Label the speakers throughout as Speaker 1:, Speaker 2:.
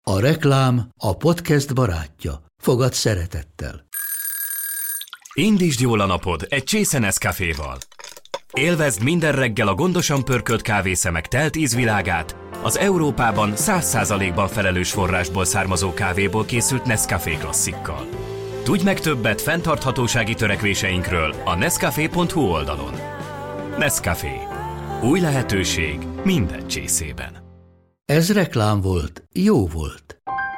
Speaker 1: A reklám a podcast barátja. Fogad szeretettel.
Speaker 2: Indítsd jól a napod egy csésze Nescaféval. Élvezd minden reggel a gondosan pörkölt kávészemek telt ízvilágát, az Európában 100%-ban felelős forrásból származó kávéból készült Nescafé klasszikkal. Tudj meg többet fenntarthatósági törekvéseinkről a nescafé.hu oldalon. Nescafé. Új lehetőség minden csészében.
Speaker 1: Ez reklám volt, jó volt.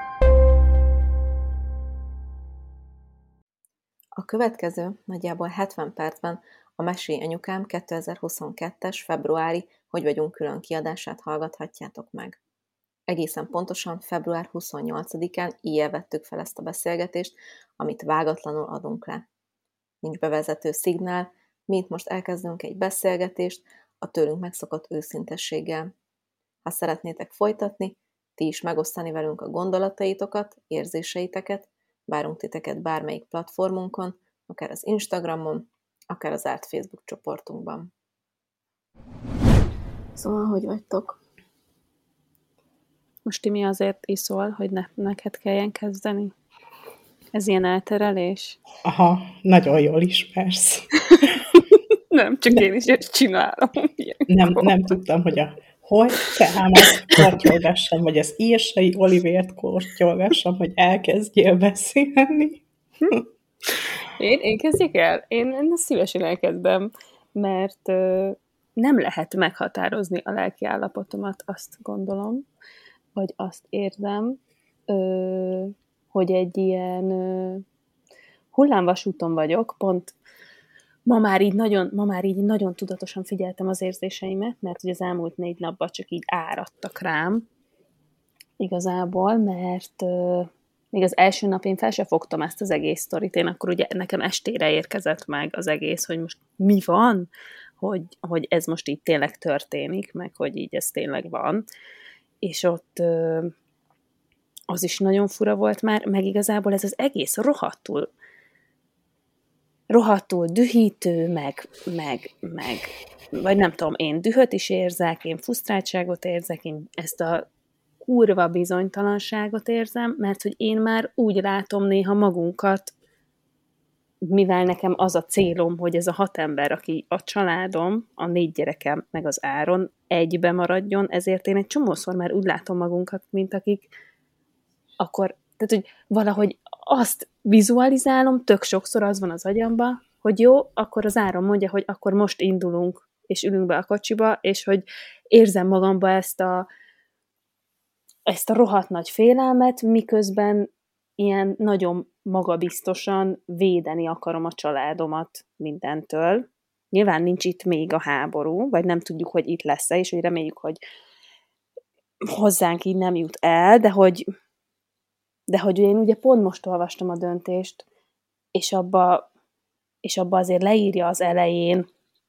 Speaker 3: A következő nagyjából 70 percben a Mesélj Anyukám 2022-es februári Hogy vagyunk külön kiadását hallgathatjátok meg. Egészen pontosan február 28-án íjjel vettük fel ezt a beszélgetést, amit vágatlanul adunk le. Nincs bevezető szignál, mi itt most elkezdünk egy beszélgetést a tőlünk megszokott őszintességgel. Ha szeretnétek folytatni, ti is megosztani velünk a gondolataitokat, érzéseiteket, várunk titeket bármelyik platformunkon, akár az Instagramon, akár az zárt Facebook csoportunkban. Szóval, hogy vagytok?
Speaker 4: Most Timi azért iszol, hogy neked kelljen kezdeni? Ez ilyen elterelés?
Speaker 5: Aha, nagyon jól ismersz.
Speaker 4: Nem, csak én is ezt csinálom.
Speaker 5: Nem tudtam, hogy a hogy teámat kortyolgassam, vagy az Írsai Olivért kortyolgassam, hogy elkezdjél beszélni.
Speaker 4: Én kezdjek el? Én szívesen elkezdem, mert nem lehet meghatározni a lelki állapotomat, azt gondolom, vagy azt érzem, hogy egy ilyen hullámvasúton vagyok, pont ma már így nagyon tudatosan figyeltem az érzéseimet, mert ugye az elmúlt 4 napban csak így áradtak rám igazából, mert még az első nap én fel se fogtam ezt az egész sztorit, én akkor ugye nekem estére érkezett meg az egész, hogy most mi van, hogy ez most így tényleg történik, meg hogy így ez tényleg van, és ott az is nagyon fura volt már, meg igazából ez az egész rohadtul dühítő, meg vagy nem tudom, én dühöt is érzek, én frusztráltságot érzek, én ezt a kurva bizonytalanságot érzem, mert hogy én már úgy látom néha magunkat, mivel nekem az a célom, hogy ez a 6 ember, aki a családom, a 4 gyerekem, meg az Áron egybe maradjon, ezért én egy csomószor már úgy látom magunkat, mint akik akkor, tehát hogy valahogy azt vizualizálom, tök sokszor az van az agyamba, hogy jó, akkor az Áron mondja, hogy akkor most indulunk, és ülünk be a kocsiba, és hogy érzem magamba ezt a rohadt nagy félelmet, miközben ilyen nagyon magabiztosan védeni akarom a családomat mindentől. Nyilván nincs itt még a háború, vagy nem tudjuk, hogy itt lesz-e, és hogy reméljük, hogy hozzánk így nem jut el, de hogy én ugye pont most olvastam a döntést, és abba azért leírja az elején,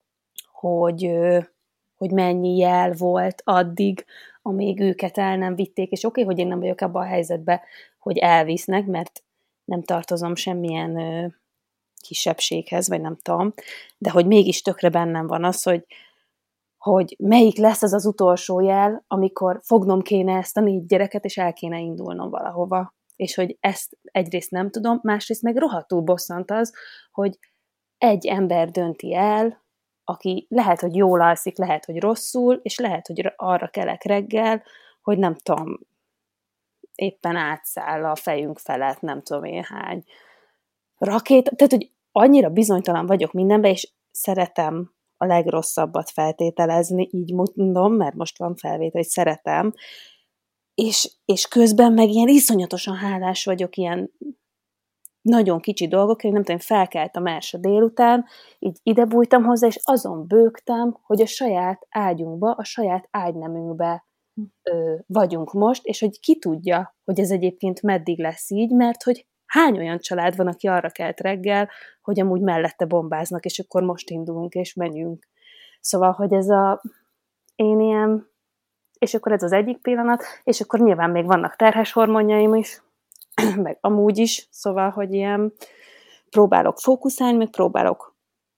Speaker 4: hogy mennyi jel volt addig, amíg őket el nem vitték, és oké, hogy én nem vagyok abban a helyzetben, hogy elvisznek, mert nem tartozom semmilyen kisebbséghez, vagy nem tudom, de hogy mégis tökre bennem van az, hogy melyik lesz az az utolsó jel, amikor fognom kéne ezt a 4 gyereket, és el kéne indulnom valahova. És hogy ezt egyrészt nem tudom, másrészt meg rohadtul bosszant az, hogy egy ember dönti el, aki lehet, hogy jól alszik, lehet, hogy rosszul, és lehet, hogy arra kelek reggel, hogy nem tudom, éppen átszáll a fejünk felett, nem tudom én hány rakéta. Tehát, hogy annyira bizonytalan vagyok mindenben, és szeretem a legrosszabbat feltételezni, így mondom, mert most van felvétel, hogy szeretem, és közben meg ilyen iszonyatosan hálás vagyok ilyen nagyon kicsi dolgokért, nem tudom, felkeltem első délután, így ide bújtam hozzá, és azon bőgtem, hogy a saját ágyunkba, a saját ágynemünkbe vagyunk most, és hogy ki tudja, hogy ez egyébként meddig lesz így, mert hogy hány olyan család van, aki arra kelt reggel, hogy amúgy mellette bombáznak, és akkor most indulunk, és menjünk. Szóval, hogy ez én ilyen, és akkor ez az egyik pillanat, és akkor nyilván még vannak terhes hormonjaim is, meg amúgy is, szóval, hogy ilyen próbálok fókuszálni, meg próbálok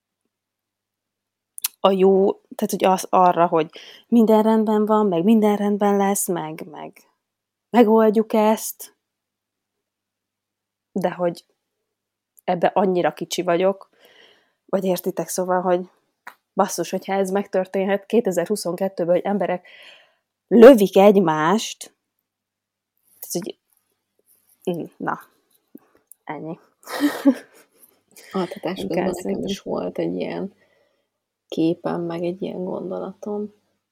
Speaker 4: a jó, tehát hogy arra, hogy minden rendben van, meg minden rendben lesz, meg megoldjuk ezt, de hogy ebbe annyira kicsi vagyok, vagy értitek, szóval, hogy basszus, hogyha ez megtörténhet 2022-ben, hogy emberek lövik egymást, ez úgy, na, ennyi.
Speaker 3: Altatás közben nekem is volt egy ilyen képem, meg egy ilyen gondolatom,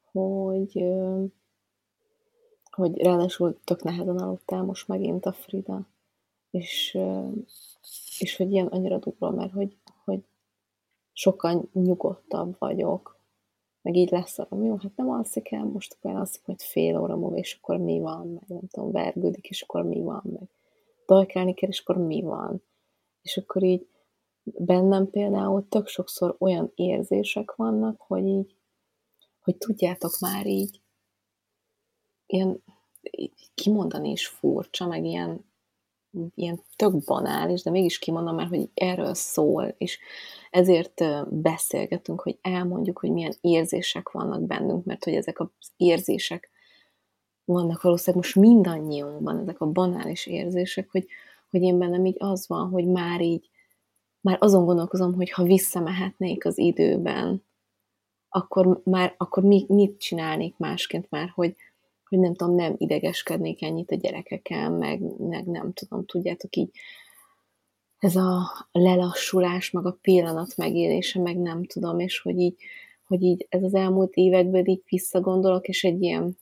Speaker 3: hogy ráadásul tök nehezen aludtál most megint a Frida, és hogy ilyen annyira durva, mert hogy sokkal nyugodtabb vagyok, meg így leszarom, jó, hát nem alszik el, most akkor alszik majd fél óra múlva, és akkor mi van, meg nem tudom, vergődik, és akkor mi van, meg dajkálni kell, és akkor mi van. És akkor így bennem például tök sokszor olyan érzések vannak, hogy tudjátok már így kimondani is furcsa, meg ilyen tök banális, de mégis kimondom már, hogy erről szól, és ezért beszélgetünk, hogy elmondjuk, hogy milyen érzések vannak bennünk, mert hogy ezek az érzések vannak valószínűleg most mindannyiunkban, ezek a banális érzések, hogy én bennem így az van, hogy már azon gondolkozom, hogy ha visszamehetnék az időben, akkor mit csinálnék másként már, hogy nem tudom, nem idegeskednék ennyit a gyerekeken, meg nem tudom, tudjátok így, ez a lelassulás, meg a pillanat megélése, meg nem tudom, és hogy így ez az elmúlt években így visszagondolok, és egy ilyen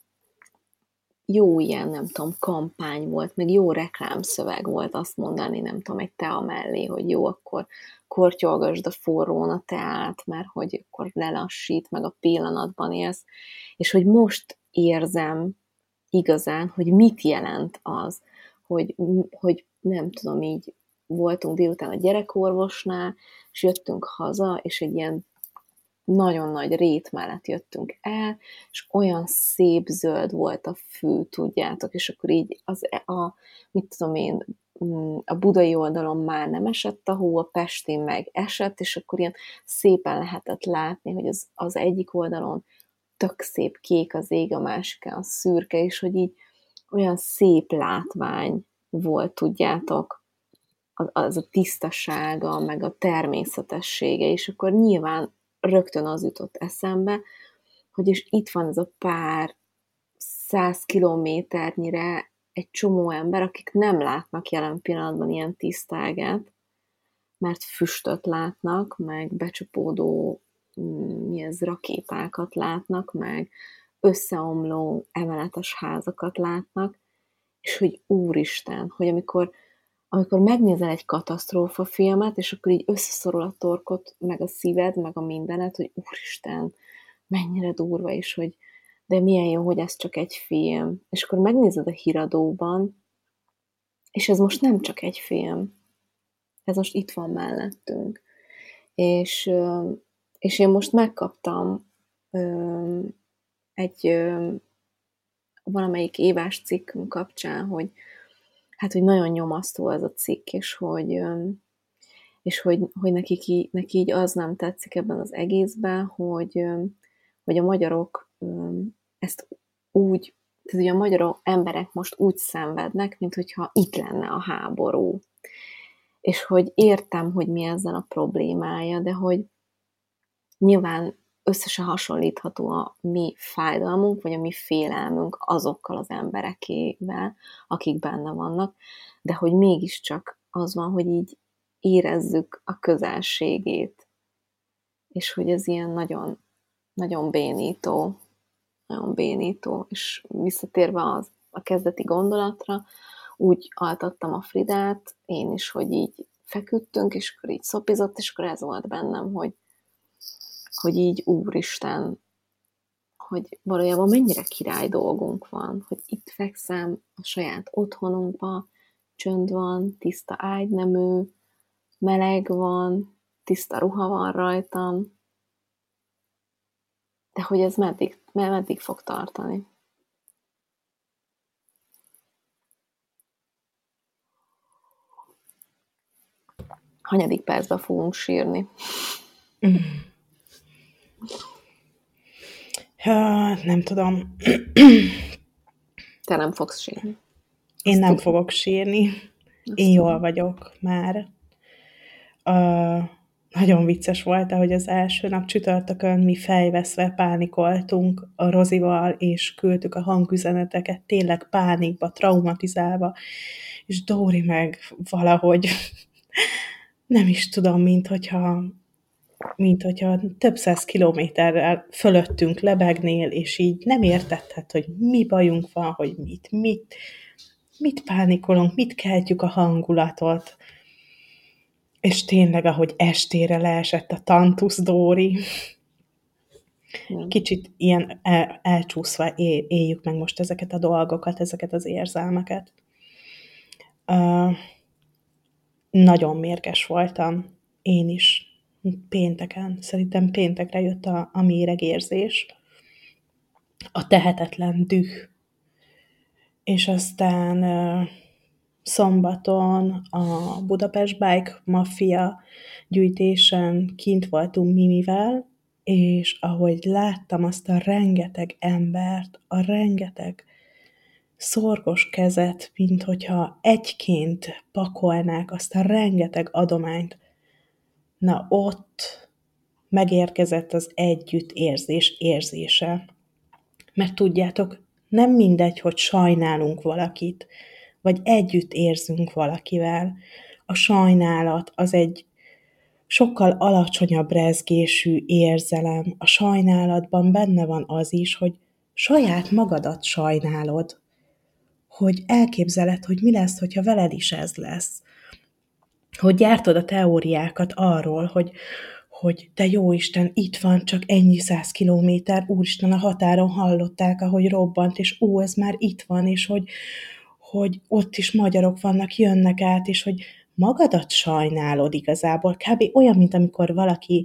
Speaker 3: jó ilyen, nem tudom, kampány volt, meg jó reklámszöveg volt azt mondani, nem tudom, egy tea mellé, hogy jó, akkor kortyolgasd a forrón a teát, mert hogy akkor lelassít, meg a pillanatban élsz, és hogy most érzem igazán, hogy mit jelent az, hogy nem tudom, így voltunk délután a gyerekorvosnál, és jöttünk haza, és egy ilyen nagyon nagy rét mellett jöttünk el, és olyan szép zöld volt a fű, tudjátok, és akkor így mit tudom én, a budai oldalon már nem esett a hó, a pestén meg esett, és akkor ilyen szépen lehetett látni, hogy az egyik oldalon tök szép kék az ég, a másikán szürke, és hogy így olyan szép látvány volt, tudjátok, az a tisztasága, meg a természetessége, és akkor nyilván rögtön az jutott eszembe, hogy és itt van ez a pár 100 kilométernyire egy csomó ember, akik nem látnak jelen pillanatban ilyen tisztágát, mert füstöt látnak, meg becsapódó rakétákat látnak, meg összeomló emeletes házakat látnak, és hogy úristen, hogy amikor megnézel egy katasztrófa filmet, és akkor így összeszorul a torkot, meg a szíved, meg a mindened, hogy úristen, mennyire durva, és hogy de milyen jó, hogy ez csak egy film. És akkor megnézed a híradóban, és ez most nem csak egy film. Ez most itt van mellettünk. És én most megkaptam egy valamelyik évás cikk kapcsán, hogy nagyon nyomasztó ez a cikk, és hogy neki így az nem tetszik ebben az egészben, hogy a magyarok ezt úgy, tehát ugye a magyar emberek most úgy szenvednek, mint hogyha itt lenne a háború. És hogy értem, hogy mi ezzel a problémája, de hogy nyilván összesen hasonlítható a mi fájdalmunk, vagy a mi félelmünk azokkal az emberekével, akik benne vannak, de hogy mégiscsak az van, hogy így érezzük a közelségét, és hogy ez ilyen nagyon, nagyon bénító, és visszatérve a kezdeti gondolatra, úgy altattam a Fridát, én is, hogy így feküdtünk, és akkor így szopizott, és akkor ez volt bennem, hogy így úristen, hogy valójában mennyire király dolgunk van, hogy itt fekszem a saját otthonunkba, csönd van, tiszta ágynemű, meleg van, tiszta ruha van rajtam, de hogy ez meddig fog tartani? Hanyadik percben fogunk sírni?
Speaker 5: Nem tudom.
Speaker 3: Te nem fogsz sírni.
Speaker 5: Én nem fogok sírni. Én jól vagyok már. Nagyon vicces volt, ahogy az első nap csütörtökön mi fejveszve pánikoltunk a Rozival, és küldtük a hangüzeneteket, tényleg pánikba, traumatizálva, és Dóri meg valahogy nem is tudom, mint hogyha több száz kilométerrel fölöttünk lebegnél, és így nem értetted, hogy mi bajunk van, hogy mit pánikolunk, mit keltjük a hangulatot. És tényleg, ahogy estére leesett a tantusz Dóri, kicsit ilyen elcsúszva éljük meg most ezeket a dolgokat, ezeket az érzelmeket. Nagyon mérges voltam, én is pénteken. Szerintem péntekre jött a méregérzés, a tehetetlen düh. És aztán szombaton a Budapest Bike Mafia gyűjtésen kint voltunk Mimivel, és ahogy láttam azt a rengeteg embert, a rengeteg szorgos kezet, mint hogyha egyként pakolnák azt a rengeteg adományt, na ott megérkezett az együttérzés érzése. Mert tudjátok, nem mindegy, hogy sajnálunk valakit, vagy együtt érzünk valakivel. A sajnálat az egy sokkal alacsonyabb rezgésű érzelem. A sajnálatban benne van az is, hogy saját magadat sajnálod, hogy elképzeled, hogy mi lesz, hogyha veled is ez lesz. Hogy gyártod a teóriákat arról, hogy te jóisten, itt van csak ennyi 100 kilométer, úristen, a határon hallották, ahogy robbant, és ez már itt van, és hogy ott is magyarok vannak, jönnek át, és hogy magadat sajnálod igazából, kb. Olyan, mint amikor valaki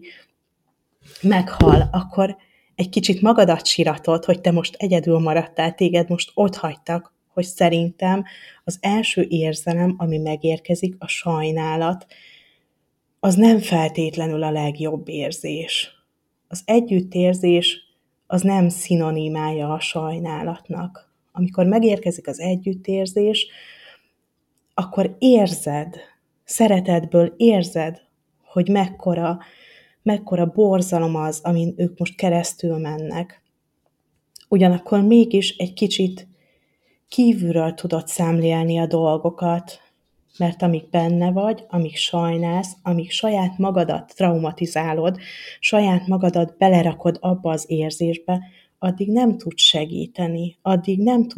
Speaker 5: meghal, akkor egy kicsit magadat siratod, hogy te most egyedül maradtál, téged most ott hagytak, hogy szerintem az első érzelem, ami megérkezik, a sajnálat, az nem feltétlenül a legjobb érzés. Az együttérzés az nem szinonimája a sajnálatnak. Amikor megérkezik az együttérzés, akkor érzed, szeretetből érzed, hogy mekkora borzalom az, amin ők most keresztül mennek. Ugyanakkor mégis egy kicsit kívülről tudod szemlélni a dolgokat, mert amíg benne vagy, amíg sajnálsz, amíg saját magadat traumatizálod, saját magadat belerakod abba az érzésbe, addig nem tudsz segíteni, addig nem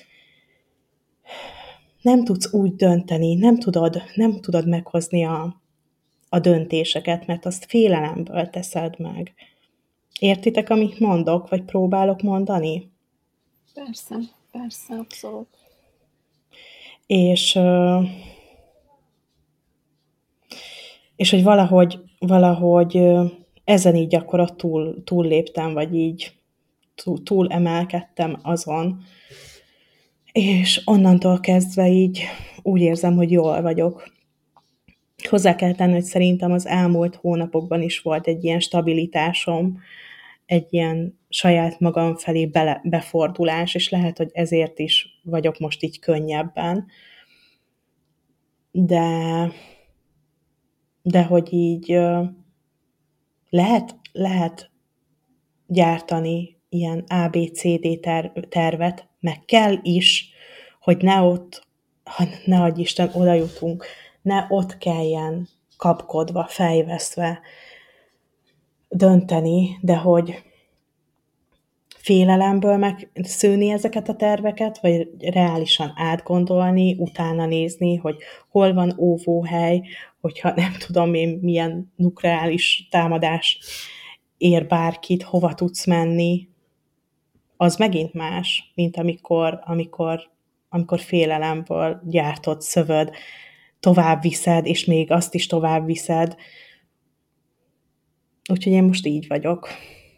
Speaker 5: tudsz úgy dönteni, nem tudod meghozni a döntéseket, mert azt félelemből teszed meg. Értitek, amit mondok, vagy próbálok mondani?
Speaker 3: Persze, abszolút.
Speaker 5: És hogy valahogy ezen így akkor túlléptem, vagy így túl emelkedtem azon, és onnantól kezdve így úgy érzem, hogy jól vagyok. Hozzá kell tenni, hogy szerintem az elmúlt hónapokban is volt egy ilyen stabilitásom, egy ilyen saját magam felé befordulás, és lehet, hogy ezért is vagyok most így könnyebben. De hogy így lehet gyártani ilyen ABCD tervet, meg kell is, hogy ne adj Isten, oda jutunk, ne ott kelljen kapkodva, fejveszve dönteni, de hogy félelemből megszűni ezeket a terveket, vagy reálisan átgondolni, utána nézni, hogy hol van óvóhely, hogyha nem tudom én milyen nukleáris támadás ér bárkit, hova tudsz menni, az megint más, mint amikor félelemből gyártott szövöd, tovább viszed, és még azt is tovább viszed. Úgyhogy én most így vagyok.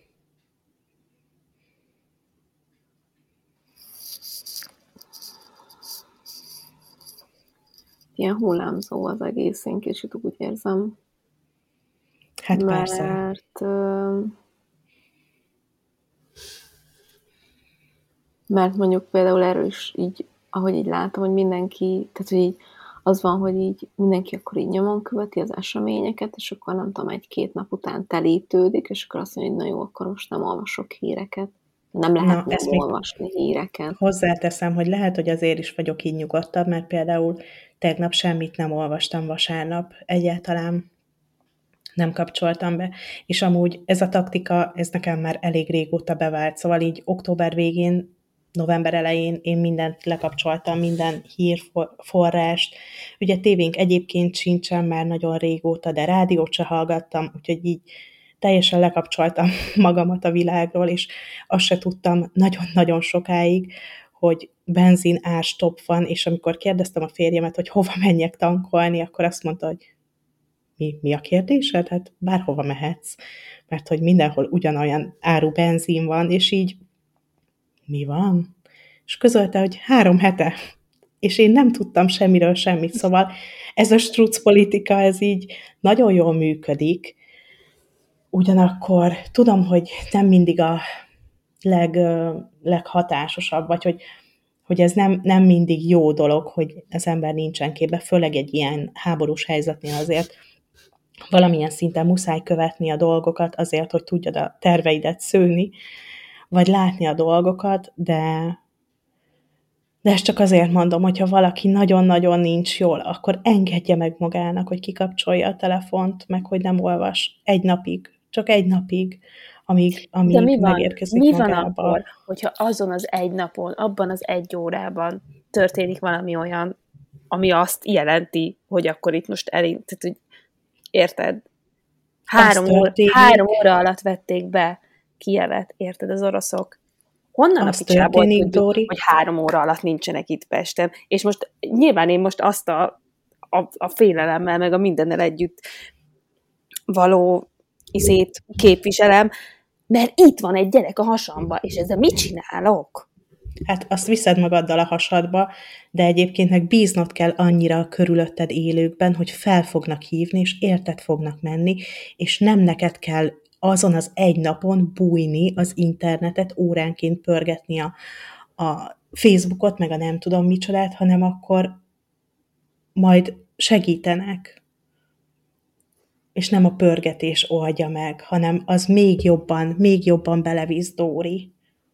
Speaker 3: Ilyen hullámzó az egész, én kicsit úgy érzem.
Speaker 5: Hát persze.
Speaker 3: Mert mondjuk például erről is így ahogy így látom, hogy mindenki, tehát hogy így az van, hogy így mindenki akkor így nyomon követi az eseményeket, és akkor nem tudom, 1-2 nap után telítődik, és akkor azt mondja, hogy na jó, akkor most nem olvasok híreket. Nem lehet nem olvasni híreket.
Speaker 5: Hozzáteszem, hogy lehet, hogy azért is vagyok így nyugodtabb, mert például tegnap semmit nem olvastam vasárnap, egyáltalán nem kapcsoltam be, és amúgy ez a taktika, ez nekem már elég régóta bevált, szóval így október végén, november elején én mindent lekapcsoltam, minden hírforrást. Ugye tévénk egyébként sincsen már nagyon régóta, de rádiót se hallgattam, úgyhogy így teljesen lekapcsoltam magamat a világról, és azt se tudtam nagyon-nagyon sokáig, hogy benzin árstopp van, és amikor kérdeztem a férjemet, hogy hova menjek tankolni, akkor azt mondta, hogy mi a kérdésed? Hát bárhova mehetsz, mert hogy mindenhol ugyanolyan áru benzin van, és így mi van? És közölte, hogy 3 hete, és én nem tudtam semmiről semmit, szóval ez a struc politika, ez így nagyon jól működik, ugyanakkor tudom, hogy nem mindig a leghatásosabb, vagy hogy ez nem mindig jó dolog, hogy az ember nincsen képbe, főleg egy ilyen háborús helyzetnél azért valamilyen szinten muszáj követni a dolgokat azért, hogy tudjad a terveidet szőni, vagy látni a dolgokat, de ezt csak azért mondom, hogyha valaki nagyon-nagyon nincs jól, akkor engedje meg magának, hogy kikapcsolja a telefont, meg hogy nem olvas 1 napig, csak 1 napig, amíg megérkezik
Speaker 4: mi
Speaker 5: magába.
Speaker 4: van akkor, hogyha azon az 1 napon, abban az 1 órában történik valami olyan, ami azt jelenti, hogy akkor itt most tehát, hogy érted? 3 óra alatt vették be Kijevet, érted, az oroszok. Honnan a picsából tudjuk, hogy 3 óra alatt nincsenek itt Pesten? És most nyilván én most azt a félelemmel, meg a mindennel együtt való képviselem, mert itt van egy gyerek a hasamba, és ezzel mit csinálok?
Speaker 5: Hát azt viszed magaddal a hasadba, de egyébként meg bíznod kell annyira a körülötted élőkben, hogy fel fognak hívni, és érted fognak menni, és nem neked kell azon az 1 napon bújni az internetet, óránként pörgetni a Facebookot, meg a nem tudom micsodát, hanem akkor majd segítenek. És nem a pörgetés oldja meg, hanem az még jobban belevisz, Dóri.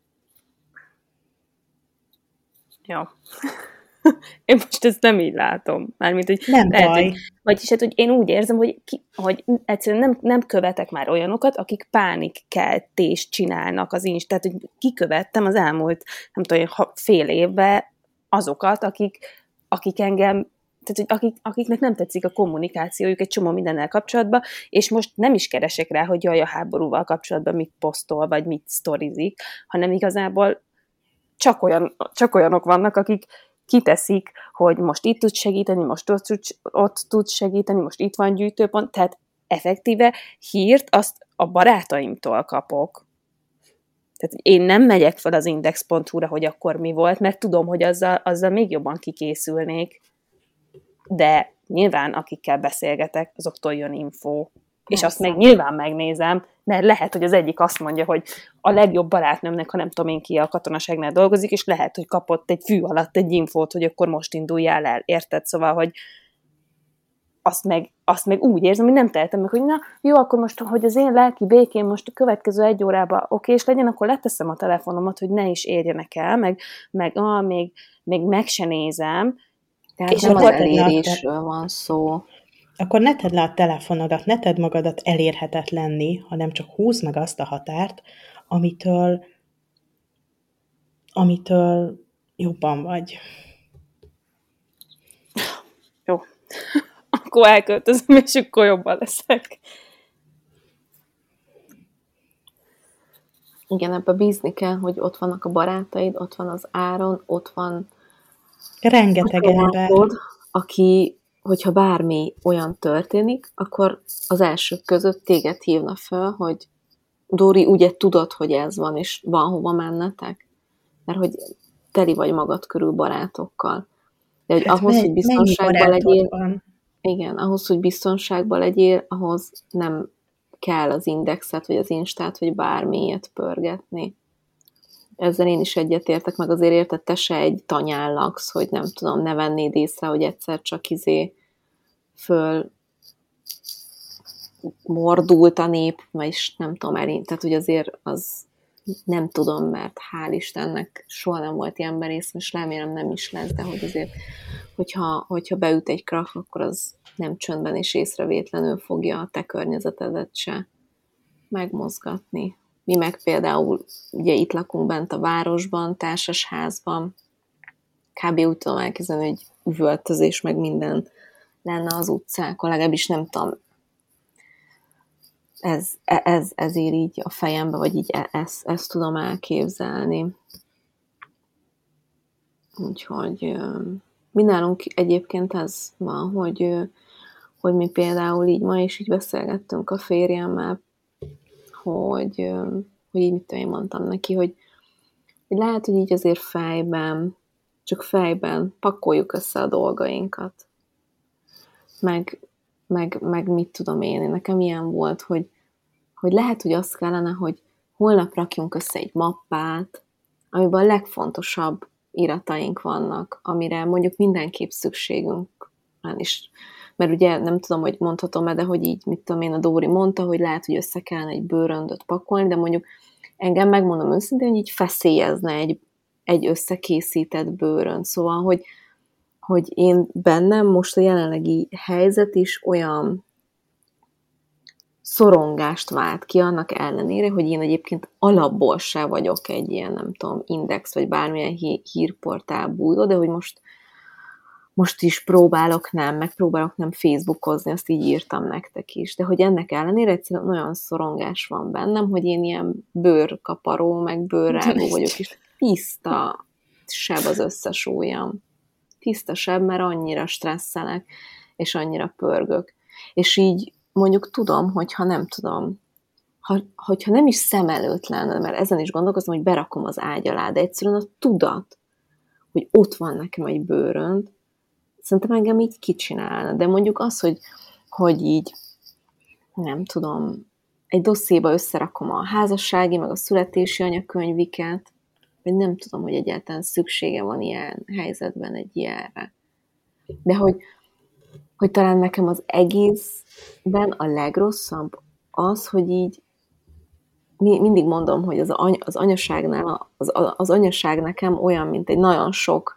Speaker 4: Ja. Én most ezt nem így látom. Mármint, hogy
Speaker 5: nem baj.
Speaker 4: Vagyis hát, hogy én úgy érzem, hogy egyszerűen nem követek már olyanokat, akik pánikkeltést csinálnak az tehát, hogy kikövettem az elmúlt, nem tudom, fél évben azokat, akik engem, tehát, hogy akiknek nem tetszik a kommunikációjuk egy csomó mindennel kapcsolatban, és most nem is keresek rá, hogy jaj, a háborúval kapcsolatban mit posztol, vagy mit sztorizik, hanem igazából csak olyanok vannak, akik kiteszik, hogy most itt tud segíteni, most ott tud segíteni, most itt van gyűjtőpont, tehát effektíve hírt azt a barátaimtól kapok. Tehát én nem megyek fel az index.hu-ra, hogy akkor mi volt, mert tudom, hogy azzal még jobban kikészülnék. De nyilván akikkel beszélgetek, azoktól jön info. És azt meg nyilván megnézem, mert lehet, hogy az egyik azt mondja, hogy a legjobb barátnőmnek, ha nem tudom én ki a katonaságnál dolgozik, és lehet, hogy kapott egy fű alatt egy infót, hogy akkor most induljál el, érted? Szóval, hogy azt meg úgy érzem, hogy nem tehetem meg, hogy na, jó, akkor most, hogy az én lelki békém most a következő 1 órában okés legyen, akkor leteszem a telefonomat, hogy ne is érjenek el, még meg se nézem.
Speaker 3: Tehát és nem az elérésről van szó.
Speaker 5: Akkor ne tedd le a telefonodat, ne tedd magadat elérhetetlenni, hanem csak húzd meg azt a határt, amitől jobban vagy.
Speaker 4: Jó. Akkor elköltözöm, és akkor jobban leszek.
Speaker 3: Igen, ebbe bízni kell, hogy ott vannak a barátaid, ott van az Áron, ott van
Speaker 5: rengeteg ember,
Speaker 3: aki, hogyha bármi olyan történik, akkor az elsők között téged hívna föl, hogy Dóri, ugye tudod, hogy ez van, és van hova mennetek? Mert hogy teli vagy magad körül barátokkal. De hogy
Speaker 5: hát
Speaker 3: ahhoz, hogy biztonságban legyél,
Speaker 5: van?
Speaker 3: Igen, ahhoz, hogy biztonságban legyél, ahhoz nem kell az indexet, vagy az instát, vagy bármilyet pörgetni. ezzel én is egyetértek, meg azért érted, te se egy tanyán laksz, hogy nem tudom, ne vennéd észre, hogy egyszer csak föl mordult a nép, és nem tudom tehát hogy azért az nem tudom, mert hál' Istennek soha nem volt ilyen berészem, és remélem nem is lesz, de hogy azért, hogyha beüt egy krach, akkor az nem csöndben és észrevétlenül fogja a te környezetedet se megmozgatni. Mi meg például, ugye itt lakunk bent a városban, társasházban, kb. Úgy tudom elkezdeni, hogy üvöltözés, meg minden lenne az utcákon, legalábbis nem tudom, ez ér így a fejembe, vagy így ezt tudom elképzelni. Úgyhogy mi nálunk egyébként ez van, hogy mi például így ma is így beszélgettünk a férjemmel, hogy így mit tudom, én mondtam neki, hogy lehet, hogy így azért csak fejben pakoljuk össze a dolgainkat. Meg mit tudom én, nekem ilyen volt, hogy lehet, hogy az kellene, hogy holnap rakjunk össze egy mappát, amiben a legfontosabb irataink vannak, amire mondjuk mindenképp szükségünk van is. Mert ugye nem tudom, hogy mondhatom-e, de hogy így, mit tudom én, a Dóri mondta, hogy lehet, hogy össze kellene egy bőröndöt pakolni, de mondjuk engem, megmondom őszintén, hogy így feszélyezne egy összekészített bőrönd. Szóval, hogy én bennem most a jelenlegi helyzet is olyan szorongást vált ki annak ellenére, hogy én egyébként alapból se vagyok egy ilyen, nem tudom, Index, vagy bármilyen hírportál bújó, de hogy most is próbálok nem Facebookozni, azt így írtam nektek is, de hogy ennek ellenére egyszerűen olyan szorongás van bennem, hogy én ilyen bőrkaparó, meg bőrrágó vagyok, és tiszta seb az összes ujjam. Tiszta seb, mert annyira stresszelek, és annyira pörgök. És így mondjuk tudom, hogyha nem tudom, hogyha nem is szem előtt lenne, mert ezen is gondolkozom, hogy berakom az ágy alá, de egyszerűen a tudat, hogy ott van nekem egy bőrönd, szerintem engem így kicsinálna. De mondjuk az, hogy így, nem tudom, egy dosszéba összerakom a házassági, meg a születési anyakönyviket, vagy nem tudom, hogy egyáltalán szüksége van ilyen helyzetben egy ilyenre. De hogy talán nekem az egészben a legrosszabb az, hogy így mindig mondom, hogy az anyaságnál, az anyaság nekem olyan, mint egy nagyon sok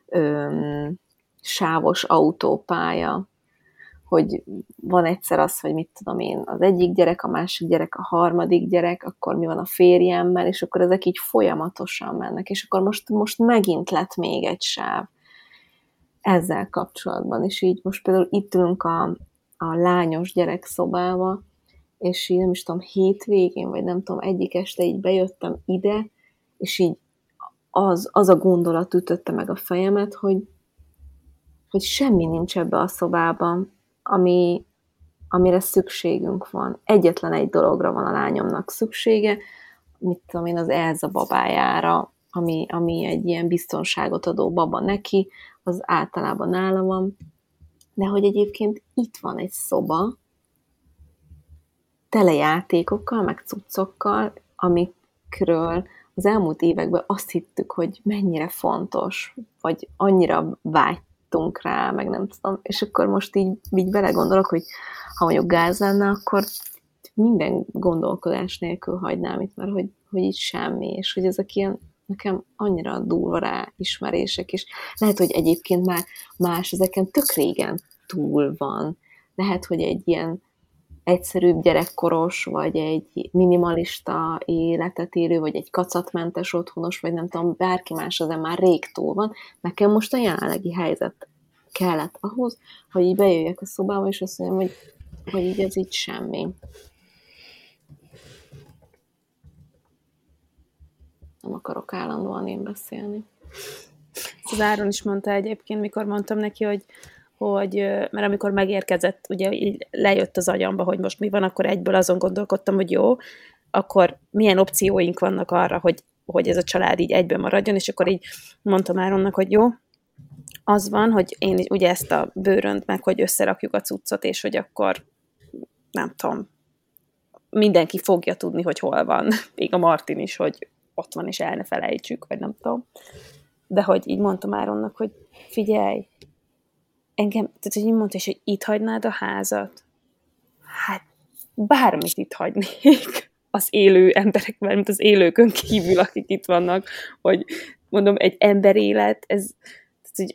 Speaker 3: sávos autópálya, hogy van egyszer az, hogy mit tudom én, az egyik gyerek, a másik gyerek, a harmadik gyerek, akkor mi van a férjemmel, és akkor ezek így folyamatosan mennek, és akkor most megint lett még egy sáv ezzel kapcsolatban, és így most például itt ülünk a lányos gyerekszobába, és így nem is tudom, hétvégén, vagy nem tudom, egyik este így bejöttem ide, és így az a gondolat ütötte meg a fejemet, hogy semmi nincs ebbe a szobában, amire szükségünk van. Egyetlen egy dologra van a lányomnak szüksége, mit tudom én, az Elza babájára, ami egy ilyen biztonságot adó baba neki, az általában nála van, de hogy egyébként itt van egy szoba, tele játékokkal, meg cuccokkal, amikről az elmúlt években azt hittük, hogy mennyire fontos, vagy annyira vágytunk rá, meg nem tudom, és akkor most így belegondolok, hogy ha mondjuk gáz lenne, akkor minden gondolkodás nélkül hagynám itt, mert hogy így semmi, és hogy ezek ilyen nekem annyira durva rá ismerések, és lehet, hogy egyébként már más ezeken tök régen túl van. Lehet, hogy egy ilyen egyszerűbb gyerekkoros, vagy egy minimalista életet élő, vagy egy kacatmentes otthonos, vagy nem tudom, bárki más ezen már rég túl van. Nekem most a jelenlegi helyzet kellett ahhoz, hogy így bejöjjek a szobába, és azt mondjam, hogy így ez így semmi. Nem akarok állandóan én beszélni.
Speaker 4: Az Áron is mondta egyébként, mikor mondtam neki, hogy mert amikor megérkezett, ugye lejött az agyamba, hogy most mi van, akkor egyből azon gondolkodtam, hogy jó, akkor milyen opcióink vannak arra, hogy ez a család így egyben maradjon, és akkor így mondtam Áronnak, hogy jó, az van, hogy én ugye ezt a bőrönt meg, hogy összerakjuk a cuccot, és hogy akkor nem tudom, mindenki fogja tudni, hogy hol van, még a Martin is, hogy ott van, és el ne felejtsük, vagy nem tudom. De hogy így mondtam Áronnak, hogy figyelj, engem, tehát hogy így mondta is, hogy itt hagynád a házat. Hát bármit itt hagynék az élő emberekvel, mint az élőkön kívül, akik itt vannak, hogy mondom, egy emberélet, ez, tehát,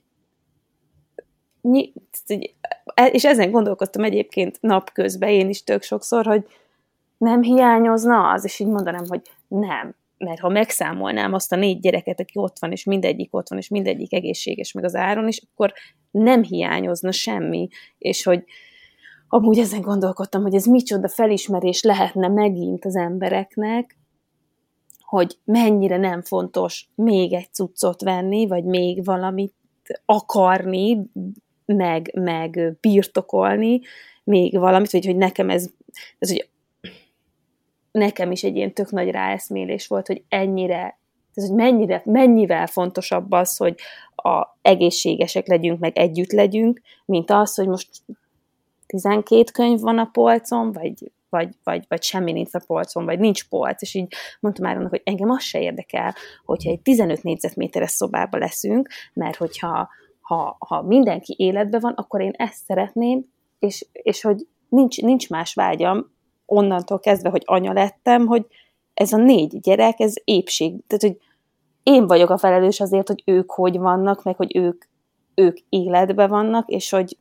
Speaker 4: és ezen gondolkoztam egyébként napközben én is tök sokszor, hogy nem hiányozna az, és így mondanám, hogy nem. Mert ha megszámolnám azt a 4 gyereket, aki ott van, és mindegyik egészséges, meg az Áron is, akkor nem hiányozna semmi. És hogy amúgy ezen gondolkodtam, hogy ez micsoda felismerés lehetne megint az embereknek, hogy mennyire nem fontos még egy cuccot venni, vagy még valamit akarni, meg birtokolni, még valamit, vagy hogy nekem ez hogy nekem is egy ilyen tök nagy ráeszmélés volt, hogy ennyire, tehát, hogy mennyivel fontosabb az, hogy egészségesek legyünk, meg együtt legyünk, mint az, hogy most 12 könyv van a polcon, vagy semmi nincs a polcon, vagy nincs polc, és így mondtam már annak, hogy engem az se érdekel, hogyha egy 15 négyzetméteres szobába leszünk, mert hogyha ha mindenki életben van, akkor én ezt szeretném, és hogy nincs más vágyam, onnantól kezdve, hogy anya lettem, hogy ez a 4 gyerek, ez épség. Tehát, hogy én vagyok a felelős azért, hogy ők hogy vannak, meg hogy ők életben vannak, és hogy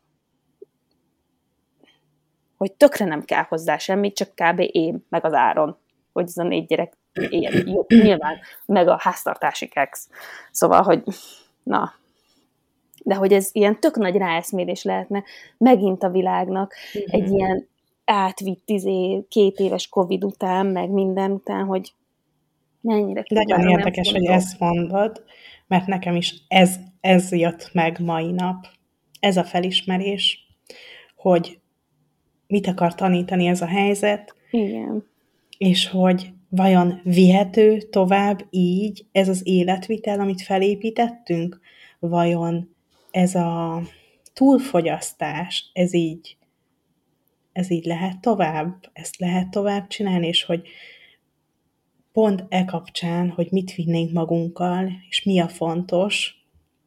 Speaker 4: tökre nem kell hozzá semmit, csak kb. Én, meg az Áron, hogy ez a 4 gyerek ilyen jó, nyilván, meg a háztartási kex. Szóval, hogy na, de hogy ez ilyen tök nagy ráeszmélés lehetne megint a világnak, egy ilyen átvitt 2 éves Covid után, meg minden után, hogy mennyire...
Speaker 5: Nagyon érdekes, hogy ezt mondod, mert nekem is ez jött meg mai nap. Ez a felismerés, hogy mit akar tanítani ez a helyzet,
Speaker 4: igen,
Speaker 5: és hogy vajon vihető tovább így ez az életvitel, amit felépítettünk? Vajon ez a túlfogyasztás, ez így lehet tovább? Ezt lehet tovább csinálni, és hogy pont kapcsán, hogy mit vinnénk magunkkal, és mi a fontos,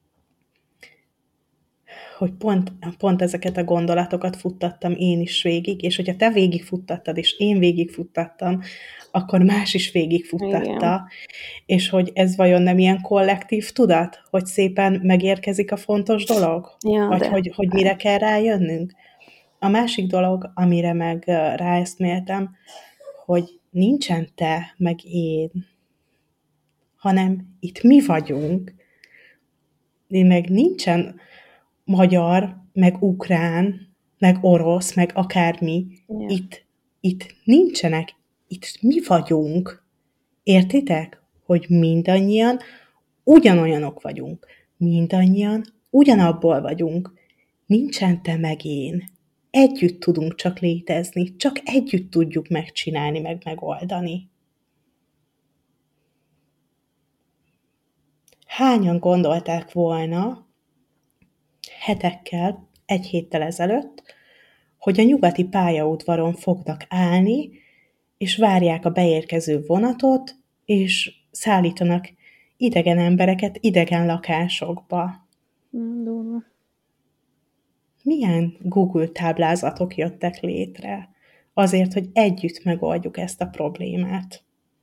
Speaker 5: hogy pont ezeket a gondolatokat futtattam én is végig, és hogyha te végigfuttattad, és én végigfuttattam, akkor más is végigfuttatta, igen. És hogy ez vajon nem ilyen kollektív tudat, hogy szépen megérkezik a fontos dolog?
Speaker 4: Ja,
Speaker 5: vagy hogy mire kell rájönnünk? A másik dolog, amire meg ráeszméltem, hogy nincsen te, meg én, hanem itt mi vagyunk, meg nincsen magyar, meg ukrán, meg orosz, meg akármi. Yeah. Itt nincsenek, itt mi vagyunk. Értitek? Hogy mindannyian ugyanolyanok vagyunk. Mindannyian ugyanabból vagyunk. Nincsen te meg én. Együtt tudunk csak létezni, csak együtt tudjuk megcsinálni, meg megoldani. Hányan gondolták volna hetekkel, 1 héttel ezelőtt, hogy a nyugati pályaudvaron fognak állni, és várják a beérkező vonatot, és szállítanak idegen embereket idegen lakásokba.
Speaker 4: Durva.
Speaker 5: Milyen Google táblázatok jöttek létre azért, hogy együtt megoldjuk ezt a problémát?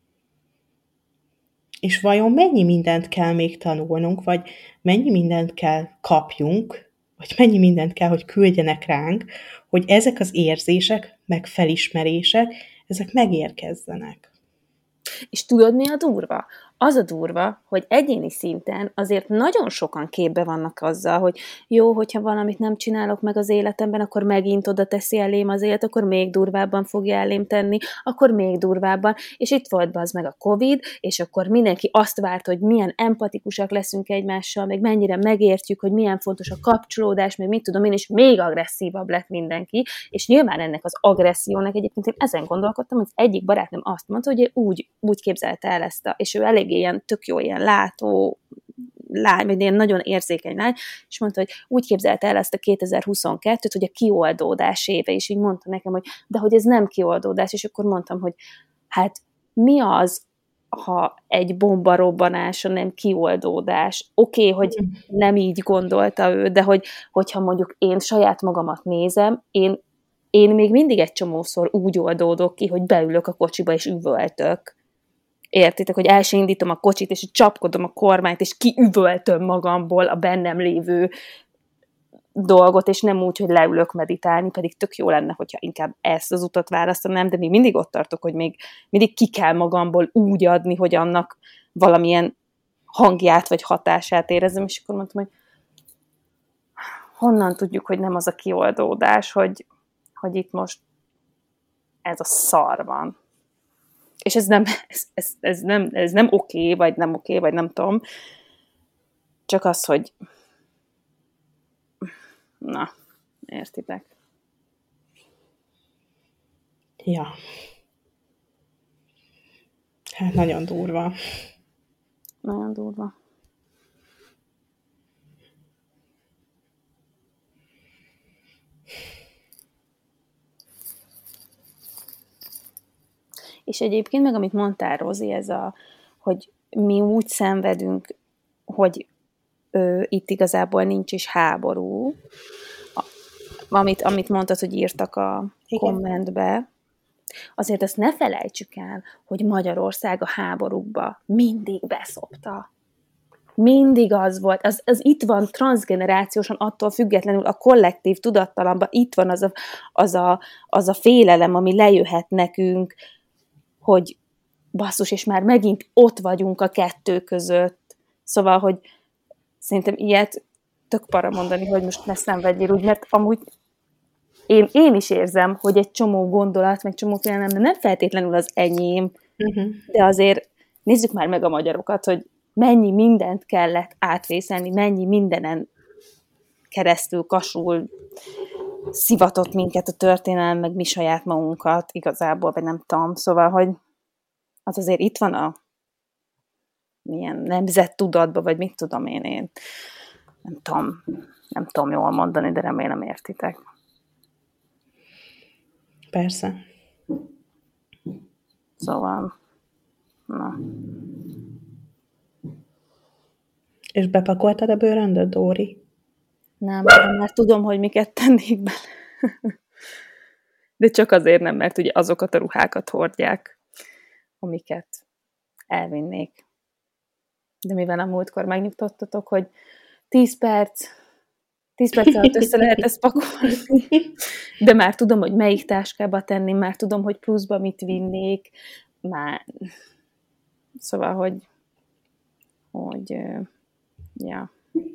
Speaker 5: És vajon mennyi mindent kell még tanulnunk, vagy mennyi mindent kell kapjunk, vagy mennyi mindent kell, hogy küldjenek ránk, hogy ezek az érzések, meg felismerések, ezek megérkezzenek.
Speaker 4: És tudod, mi a durva? Az a durva, hogy egyéni szinten azért nagyon sokan képbe vannak azzal, hogy jó, hogyha valamit nem csinálok meg az életemben, akkor megint oda teszi elém az élet, akkor még durvábban fogja elém tenni, akkor még durvábban, és itt volt az meg a Covid, és akkor mindenki azt várt, hogy milyen empatikusak leszünk egymással, meg mennyire megértjük, hogy milyen fontos a kapcsolódás, meg mit tudom én, és még agresszívabb lett mindenki, és nyilván ennek az agressziónak egyébként én ezen gondolkodtam, hogy az egyik barátnőm azt mondta, hogy úgy képzelte el ezt, és ő eléggé ilyen tök jó, ilyen látó lány, vagy ilyen nagyon érzékeny lány, és mondta, hogy úgy képzelte el ezt a 2022-t, hogy a kioldódás éve, és így mondta nekem, hogy de hogy ez nem kioldódás, és akkor mondtam, hogy hát mi az, ha egy bombarobbanása nem kioldódás. Oké, hogy nem így gondolta ő, de hogyha mondjuk én saját magamat nézem, én még mindig egy csomószor úgy oldódok ki, hogy beülök a kocsiba és üvöltök. Értitek, hogy el sem indítom a kocsit, és csapkodom a kormányt, és kiüvöltöm magamból a bennem lévő dolgot, és nem úgy, hogy leülök meditálni, pedig tök jó lenne, hogyha inkább ezt az utat választanám, de még mindig ott tartok, hogy még mindig ki kell magamból úgy adni, hogy annak valamilyen hangját vagy hatását érezzem, és akkor mondtam, hogy honnan tudjuk, hogy nem az a kioldódás, hogy itt ez a szar van. És ez nem oké, vagy nem tudom. Csak az, hogy na, értitek.
Speaker 5: Ja. Hát nagyon durva.
Speaker 4: Nagyon durva. És egyébként meg, amit mondtál, Rozi, hogy mi úgy szenvedünk, hogy itt igazából nincs is háború, amit mondtad, hogy írtak a kommentbe, azért azt ne felejtsük el, hogy Magyarország a háborúkba mindig beszopta. Mindig az volt. Az itt van transzgenerációsan, attól függetlenül a kollektív tudattalamban itt van az a félelem, ami lejöhet nekünk, hogy basszus, és már megint ott vagyunk a kettő között. Szóval, hogy szerintem ilyet tök para mondani, hogy most ne szenvedjél úgy, mert amúgy én is érzem, hogy egy csomó gondolat, meg csomó félelem nem feltétlenül az enyém, de azért nézzük már meg a magyarokat, hogy mennyi mindent kellett átvészelni, mennyi mindenen keresztül kasul szivatott minket a történelem, meg mi saját magunkat igazából, vagy nem tudom. Szóval, hogy az azért itt van a milyen nemzettudatban, vagy mit tudom én nem tudom jól mondani, de remélem értitek.
Speaker 5: Persze.
Speaker 4: Szóval, na.
Speaker 5: És bepakoltad a bőröndöt, Dóri?
Speaker 4: Nem, már tudom, hogy miket tennék bele. De csak azért nem, mert ugye azokat a ruhákat hordják, amiket elvinnék. De mivel a múltkor megnyugtattatok, hogy 10 perc alatt össze lehet ezt pakolni, de már tudom, hogy melyik táskába tenni, már tudom, hogy pluszba mit vinnék, már szóval, hogy ja.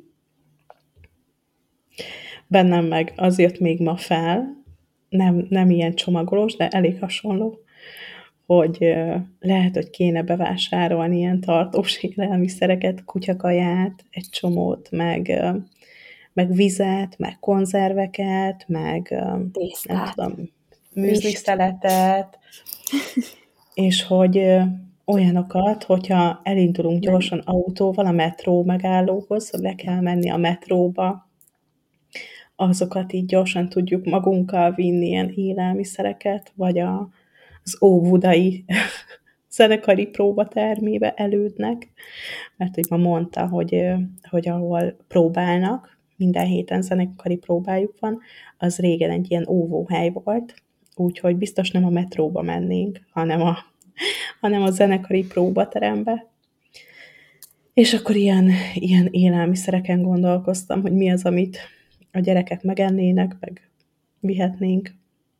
Speaker 5: Bennem meg az jött még ma fel, nem ilyen csomagolós, de elég hasonló, hogy lehet, hogy kéne bevásárolni ilyen tartós élelmiszereket, kutyakaját, egy csomót, meg vizet, meg konzerveket, meg nem tudom, műzliszeletet, és hogy olyanokat, hogyha elindulunk gyorsan autóval a metró megállóhoz, hogy le kell menni a metróba, azokat így gyorsan tudjuk magunkkal vinni, ilyen élelmiszereket, vagy az óbudai zenekari próbatermébe elődnek, mert hogy ma mondta, hogy ahol próbálnak, minden héten zenekari próbájuk van, az régen egy ilyen óvóhely volt, úgyhogy biztos nem a metróba mennénk, hanem a zenekari próbaterembe. És akkor ilyen élelmiszereken gondolkoztam, hogy mi az, amit a gyerekek megennének, meg vihetnénk,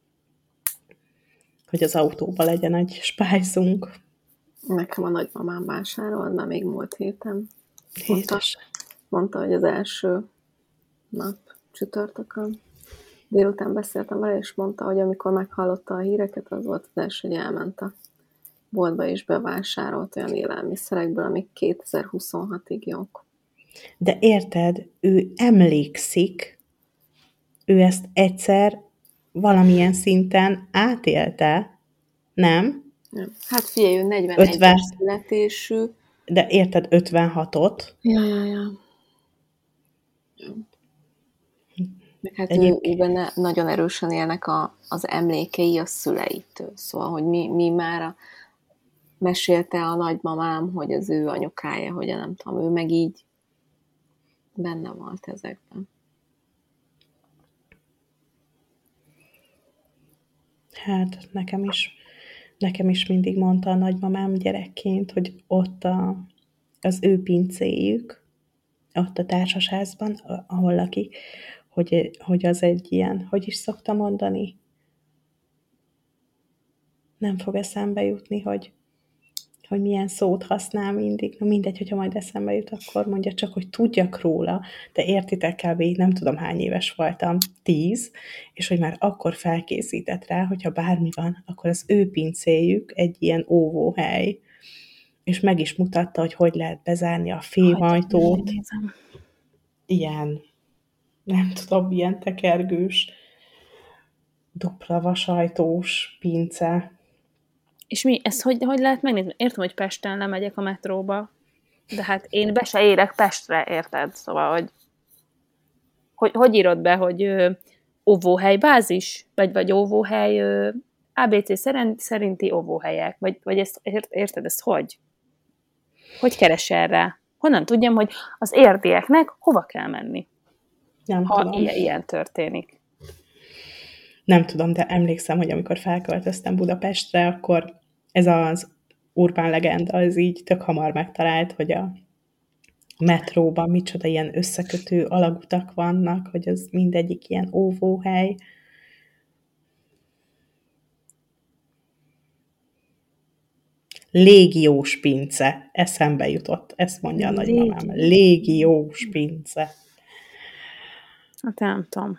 Speaker 5: hogy az autóban legyen egy spájzunk.
Speaker 3: Nekem a nagymamám vásárolt, már még múlt héten.
Speaker 5: Jézus.
Speaker 3: Mondta, hogy az első nap csütörtökön. Délután beszéltem vele, és mondta, hogy amikor meghallotta a híreket, az volt az első, hogy elment a boltba és bevásárolt olyan élelmiszerekből, amik 2026-ig jók.
Speaker 5: De érted, ő emlékszik, ő ezt egyszer valamilyen szinten átélte, nem?
Speaker 3: Nem. Hát figyelj, ő 41-es születésű.
Speaker 5: De érted, 56-ot.
Speaker 3: Ja. Meg hát ő benne nagyon erősen élnek az emlékei a szüleitől. Szóval, hogy mi már mesélte a nagymamám, hogy az ő anyukája, hogy nem tudom, ő meg így benne volt ezekben.
Speaker 5: Hát nekem is mindig mondta a nagymamám gyerekként, hogy ott az ő pincéjük, ott a társasházban, ahol lakik, hogy az egy ilyen, hogy is szokta mondani? Nem fog eszembe jutni, hogy milyen szót használ mindig. Na mindegy, hogyha majd eszembe jut, akkor mondja csak, hogy tudjak róla, de értitek, kb. Nem tudom hány éves voltam, 10, és hogy már akkor felkészített rá, hogyha bármi van, akkor az ő pincéjük egy ilyen óvóhely. És meg is mutatta, hogy lehet bezárni a fémajtót. Ilyen, nem tudom, ilyen tekergős, dupla vasajtós pince.
Speaker 4: És mi, ezt hogy lehet megnézni? Értem, hogy Pesten lemegyek a metróba, de hát én be se érek Pestre, érted? Szóval, hogy írod be, hogy óvóhely bázis? Vagy óvóhely ABC szerinti óvóhelyek? Vagy ezt, érted, ezt hogy? Hogy keresel rá? Honnan tudjam, hogy az érdieknek hova kell menni?
Speaker 5: Nem
Speaker 4: ha
Speaker 5: tudom.
Speaker 4: Ilyen történik.
Speaker 5: Nem tudom, de emlékszem, hogy amikor felköltöztem Budapestre, akkor ez az urbán legenda, az így tök hamar megtalált, hogy a metróban micsoda ilyen összekötő alagutak vannak, hogy az mindegyik ilyen óvóhely. Légiós pince. Eszembe jutott. Ezt mondja a nagymamám. Légiós pince.
Speaker 4: Hát nem tudom.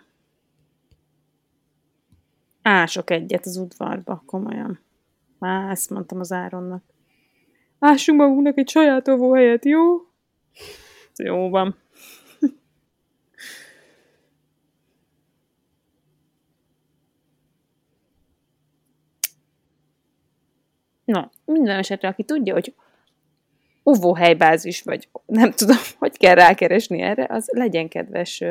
Speaker 4: Ások egyet az udvarba, komolyan. Már ezt mondtam az Áronnak. Ássunk magunknak egy saját óvóhelyet, jó? Jó van. Na, minden esetre, aki tudja, hogy óvóhelybázis, vagy nem tudom, hogy kell rákeresni erre, az legyen kedves,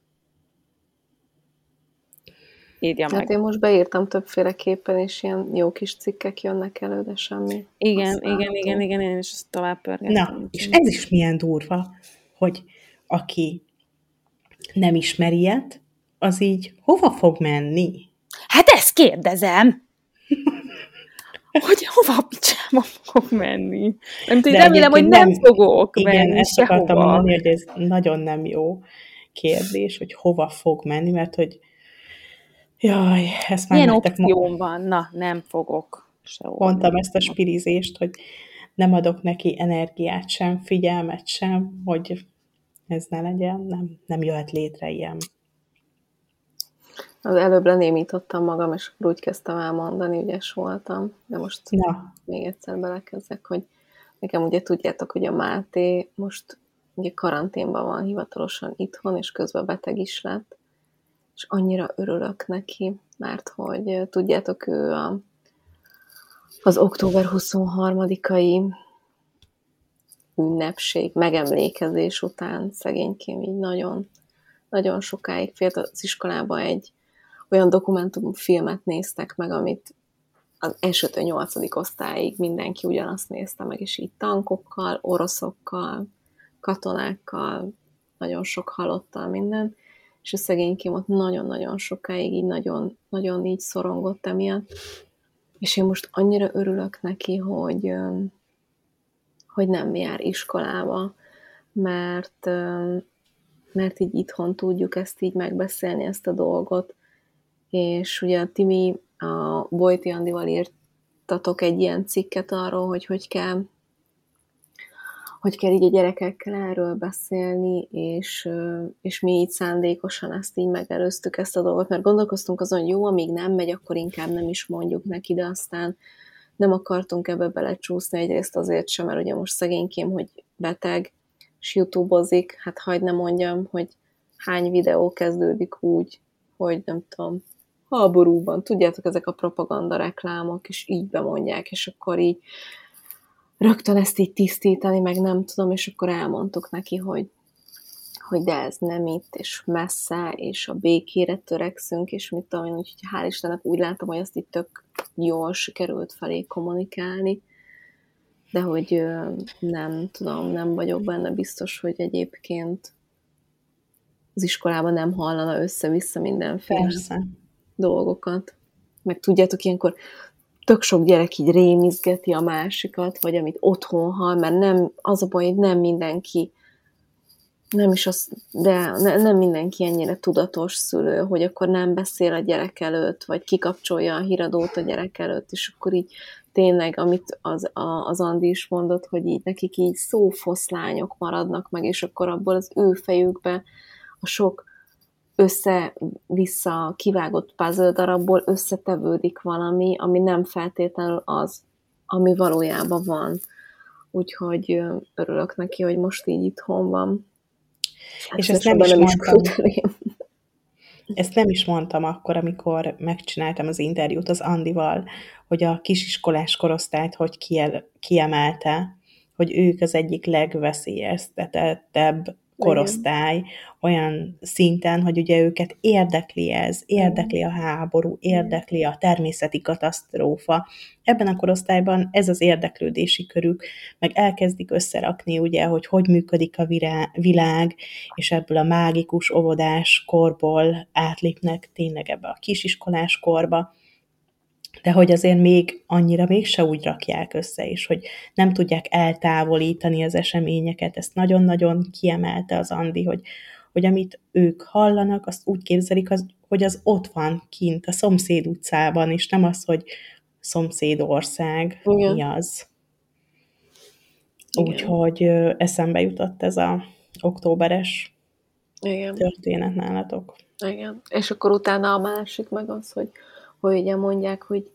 Speaker 4: írja meg.
Speaker 3: Hát én most beírtam többféleképpen, és ilyen jó kis cikkek jönnek elő, de semmi.
Speaker 4: Igen, én is ezt tovább pörgetem.
Speaker 5: Na, és ez is milyen durva, hogy aki nem ismer ilyet, az így hova fog menni?
Speaker 4: Hát ezt kérdezem! Hogy hova a picsába fogok menni? Nem tudom, remélem, hogy nem fogok menni.
Speaker 5: Igen, ezt akartam mondani, hogy ez nagyon nem jó kérdés, hogy hova fog menni, mert hogy jaj, ezt már
Speaker 4: milyen opcióm van? Na, nem fogok.
Speaker 5: Mondtam ezt a spirizést, hogy nem adok neki energiát sem, figyelmet sem, hogy ez ne legyen, nem jöhet létre ilyen.
Speaker 3: Az előbb lenémítottam magam, és akkor úgy kezdtem elmondani, ügyes voltam, de most még egyszer belekezdek, hogy nekem ugye tudjátok, hogy a Máté most ugye karanténban van hivatalosan itthon, és közben beteg is lett, és annyira örülök neki, mert hogy tudjátok, ő az október 23-ai ünnepség, megemlékezés után szegénykém így nagyon, nagyon sokáig félt az iskolában egy olyan dokumentumfilmet néztek meg, amit az 1-től 8. osztályig mindenki ugyanazt nézte meg, és így tankokkal, oroszokkal, katonákkal, nagyon sok halottal minden, és a szegénykém ott nagyon-nagyon sokáig így nagyon, nagyon így szorongott emiatt, és én most annyira örülök neki, hogy nem jár iskolába, mert így itthon tudjuk ezt így megbeszélni, ezt a dolgot, és ugye a Timi, a Bojti Andival írtatok egy ilyen cikket arról, hogy kell így a gyerekekkel erről beszélni, és mi így szándékosan ezt így megelőztük ezt a dolgot, mert gondolkoztunk azon, hogy jó, amíg nem megy, akkor inkább nem is mondjuk neki, de aztán nem akartunk ebbe belecsúszni, egyrészt azért sem, mert ugye most szegénykém, hogy beteg, és YouTube-ozik, hát hagyd ne mondjam, hogy hány videó kezdődik úgy, hogy nem tudom, háborúban, tudjátok, ezek a propaganda reklámok, és így bemondják, és akkor így rögtön ezt így tisztítani, meg nem tudom, és akkor elmondtuk neki, hogy de ez nem itt, és messze, és a békére törekszünk, és mit tudom én, úgyhogy hál' Istennek úgy látom, hogy ezt itt tök jól sikerült felé kommunikálni, de hogy nem tudom, nem vagyok benne biztos, hogy egyébként az iskolában nem hallana össze-vissza mindenféle
Speaker 5: Persze.
Speaker 3: dolgokat. Meg tudjátok, ilyenkor tök sok gyerek így rémizgeti a másikat, vagy amit otthon hall, mert nem, az a baj, hogy nem mindenki, nem is az, de nem mindenki ennyire tudatos szülő, hogy akkor nem beszél a gyerek előtt, vagy kikapcsolja a híradót a gyerek előtt, és akkor így tényleg, amit az Andi is mondott, hogy így nekik így szófoszlányok maradnak meg, és akkor abból az ő fejükbe a sok össze-vissza kivágott puzzle darabból összetevődik valami, ami nem feltétlenül az, ami valójában van. Úgyhogy örülök neki, hogy most így itthon van.
Speaker 5: És ezt nem is mondtam akkor, amikor megcsináltam az interjút az Andival, hogy a kisiskolás korosztályt hogy kiemelte, hogy ők az egyik legveszélyeztetettebb korosztály, olyan szinten, hogy ugye őket érdekli ez, érdekli a háború, érdekli a természeti katasztrófa. Ebben a korosztályban ez az érdeklődési körük, meg elkezdik összerakni, ugye, hogy működik a világ, és ebből a mágikus óvodás korból átlépnek tényleg ebbe a kisiskolás korba, de hogy azért még annyira mégse úgy rakják össze, és hogy nem tudják eltávolítani az eseményeket. Ezt nagyon-nagyon kiemelte az Andi, hogy amit ők hallanak, azt úgy képzelik, hogy az ott van kint, a szomszéd utcában, és nem az, hogy szomszéd ország,
Speaker 3: igen.
Speaker 5: mi az.
Speaker 3: Igen.
Speaker 5: Úgyhogy eszembe jutott ez a októberes
Speaker 3: Igen.
Speaker 5: történet nálatok.
Speaker 3: Igen. És akkor utána a másik meg az, hogy ugye mondják, hogy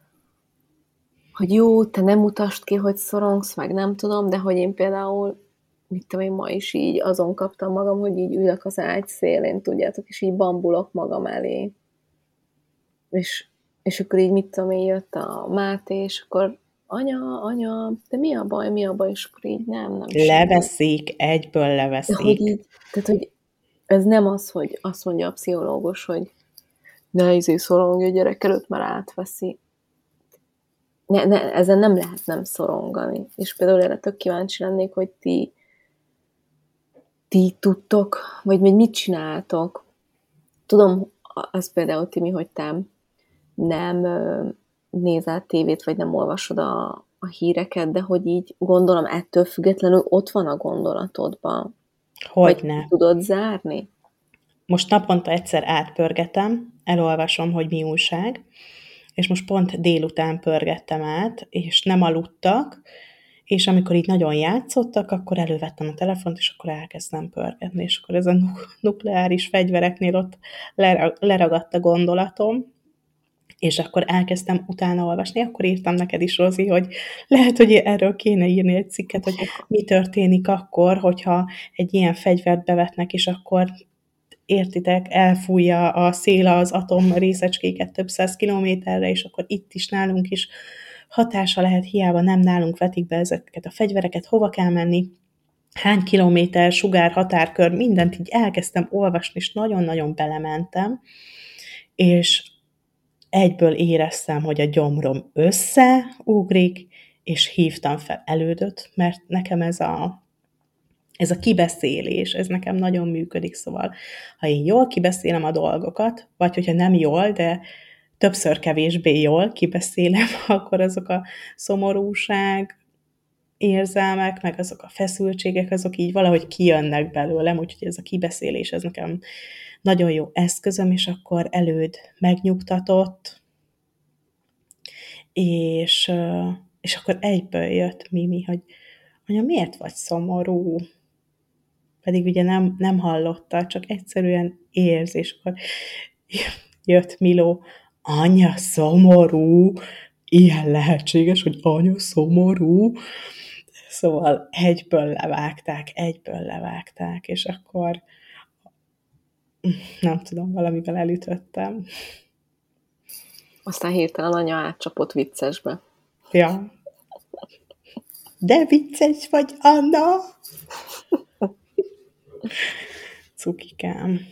Speaker 3: jó, te nem mutasd ki, hogy szorongsz, meg nem tudom, de hogy én például, mit tudom én, ma is így azon kaptam magam, hogy így ülök az ágy szélén, tudjátok, és így bambulok magam elé. És akkor így, mit tudom én, jött a Máté, és akkor anya, de mi a baj, és akkor így nem
Speaker 5: leveszik, egyből leveszik.
Speaker 3: De hogy így, tehát, hogy ez nem az, hogy azt mondja a pszichológus, hogy ne szorongj a gyerek előtt, mert átveszi. Ezen nem lehet nem szorongani. És például erre tök kíváncsi lennék, hogy ti tudtok, vagy mit csináltok. Tudom, az például, Timi, hogy te nem nézel tévét, vagy nem olvasod a híreket, de hogy így gondolom ettől függetlenül ott van a gondolatodban.
Speaker 5: Hogyne.
Speaker 3: Vagy tudod zárni?
Speaker 5: Most naponta egyszer átpörgetem, elolvasom, hogy mi újság, és most pont délután pörgettem át, és nem aludtak, és amikor így nagyon játszottak, akkor elővettem a telefont, és akkor elkezdtem pörgetni, és akkor ez a nukleáris fegyvereknél ott leragadt a gondolatom, és akkor elkezdtem utána olvasni, akkor írtam neked is, Rozi, hogy lehet, hogy erről kéne írni egy cikket, hogy mi történik akkor, hogyha egy ilyen fegyvert bevetnek, és akkor értitek, elfújja a szél az atom részecskéket több 100 kilométerre, és akkor itt is nálunk is hatása lehet, hiába nem nálunk vetik be ezeket a fegyvereket, hova kell menni, hány kilométer, sugár, határkör, mindent így elkezdtem olvasni, és nagyon-nagyon belementem, és egyből éreztem, hogy a gyomrom összeugrik, és hívtam fel Elődöt, mert nekem ez a kibeszélés, ez nekem nagyon működik, szóval ha én jól kibeszélem a dolgokat, vagy hogyha nem jól, de többször kevésbé jól kibeszélem, akkor azok a szomorúság érzelmek, meg azok a feszültségek, azok így valahogy kijönnek belőlem, úgyhogy ez a kibeszélés, ez nekem nagyon jó eszközöm, és akkor Előd megnyugtatott, és akkor egyből jött Mimi, hogy anya, miért vagy szomorú? Pedig ugye nem hallotta, csak egyszerűen érz, és akkor jött Miló, anya szomorú, ilyen lehetséges, hogy anya szomorú, szóval egyből levágták, és akkor nem tudom, valamivel elütöttem.
Speaker 3: Aztán hirtelen anya átcsapott viccesbe.
Speaker 5: Ja. De vicces vagy, Anna! Cukikám.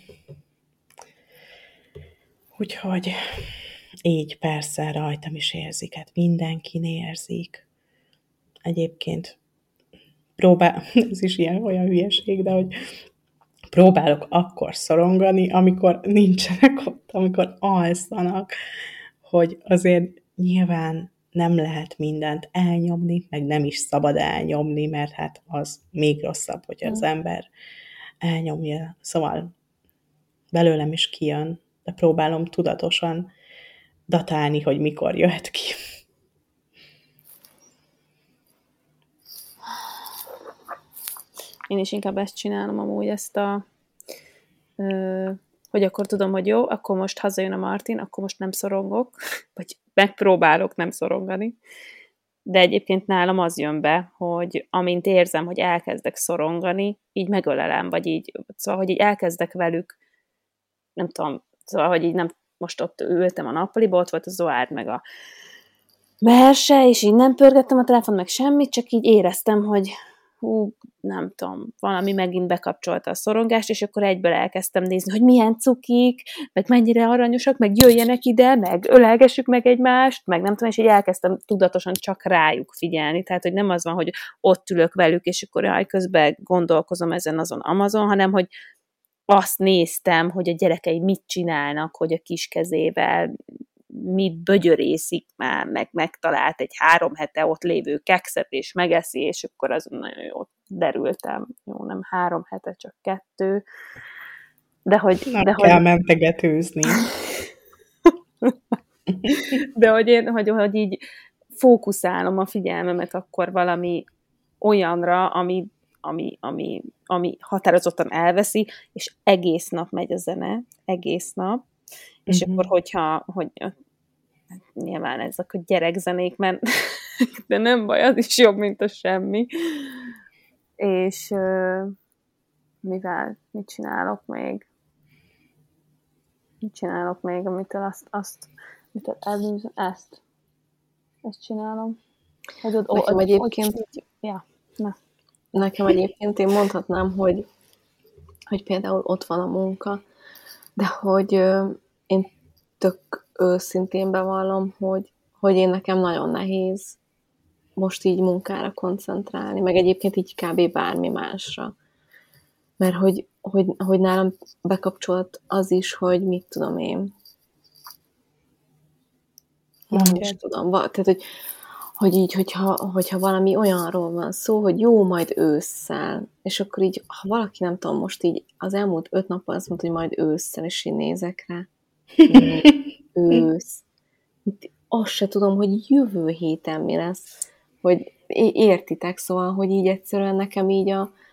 Speaker 5: Úgyhogy így persze rajtam is érzik, hát mindenkin érzik. egyébként ez is ilyen olyan hülyeség, de hogy próbálok akkor szorongani, amikor nincsenek ott, amikor alszanak, hogy azért nyilván nem lehet mindent elnyomni, meg nem is szabad elnyomni, mert hát az még rosszabb, hogy az ember elnyomja. Szóval belőlem is kijön, de próbálom tudatosan datálni, hogy mikor jöhet ki.
Speaker 4: Én is inkább ezt csinálom amúgy, ezt hogy akkor tudom, hogy jó, akkor most hazajön a Martin, akkor most nem szorongok, vagy megpróbálok nem szorongani. De egyébként nálam az jön be, hogy amint érzem, hogy elkezdek szorongani, így megölelem, vagy így, szóval, hogy így elkezdek velük, nem tudom, szóval, hogy így nem, most ott ültem a nappaliba, ott volt a Zoárd, meg a Merse, és így nem pörgettem a telefon, meg semmit, csak így éreztem, hogy nem tudom, valami megint bekapcsolta a szorongást, és akkor egyből elkezdtem nézni, hogy milyen cukik, meg mennyire aranyosak, meg jöjjenek ide, meg ölelgessük meg egymást, meg nem tudom, és így elkezdtem tudatosan csak rájuk figyelni, tehát, hogy nem az van, hogy ott ülök velük, és akkor közben gondolkozom ezen azon Amazon, hanem, hogy azt néztem, hogy a gyerekei mit csinálnak, hogy a kis kezével mit bögyörészik már, meg megtalált egy 3 hete ott lévő kekszet, és megeszi, és akkor azon nagyon jól derültem. Jó, nem 3 hete, csak 2. De hogy...
Speaker 5: kell mentegetőzni.
Speaker 4: De hogy én, hogy így fókuszálom a figyelmemet akkor valami olyanra, ami határozottan elveszi, és egész nap megy a zene, egész nap, és akkor, hogy nyilván ezek a gyerekzenék, mert de nem baj, az is jobb, mint a semmi. És mit csinálok még? Amitől amitől elbűzöm? Ezt csinálom.
Speaker 3: Nekem egyébként, nekem egyébként én mondhatnám, hogy például ott van a munka, de hogy én tök őszintén bevallom, hogy én nekem nagyon nehéz most így munkára koncentrálni, meg egyébként így kb. Bármi másra. Mert hogy nálam bekapcsolt az is, hogy mit tudom én. Nem is tudom. Tehát, hogy így, hogyha valami olyanról van szó, hogy jó, majd ősszel, és akkor így, ha valaki nem tudom, most így az elmúlt 5 napban azt mondta, hogy majd ősszel, és így nézek rá. Ősz. Azt se tudom, hogy jövő héten mi lesz, hogy értitek, szóval, hogy így egyszerűen nekem így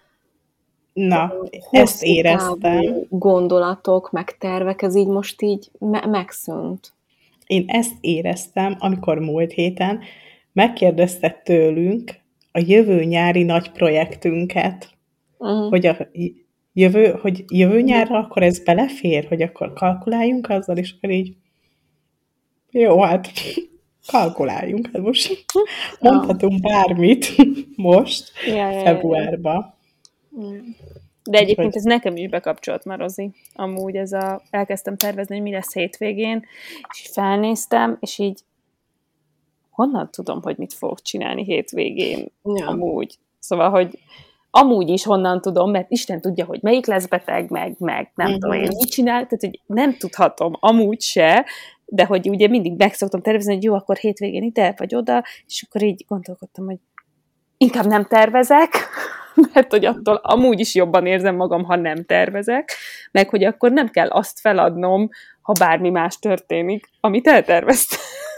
Speaker 5: ezt éreztem.
Speaker 3: Gondolatok, meg tervek, ez így most így megszűnt.
Speaker 5: Én ezt éreztem, amikor múlt héten megkérdezte tőlünk a jövő nyári nagy projektünket, hogy jövő nyárra akkor ez belefér, hogy akkor kalkuláljunk azzal, és akkor így jó, hát kalkuláljunk. Hát most mondhatunk bármit most, februárban.
Speaker 4: De egyébként ez nekem is bekapcsolt már, Rozi. Amúgy elkezdtem tervezni, hogy mi lesz hétvégén, és felnéztem, és így honnan tudom, hogy mit fogok csinálni hétvégén amúgy. Szóval, hogy amúgy is honnan tudom, mert Isten tudja, hogy melyik lesz beteg, meg nem tudom, én mit csinál, tehát hogy nem tudhatom amúgy se, de hogy ugye mindig meg szoktam tervezni, hogy jó, akkor hétvégén ide vagy oda, és akkor így gondolkodtam, hogy inkább nem tervezek, mert hogy attól amúgy is jobban érzem magam, ha nem tervezek, meg hogy akkor nem kell azt feladnom, ha bármi más történik, amit elterveztem.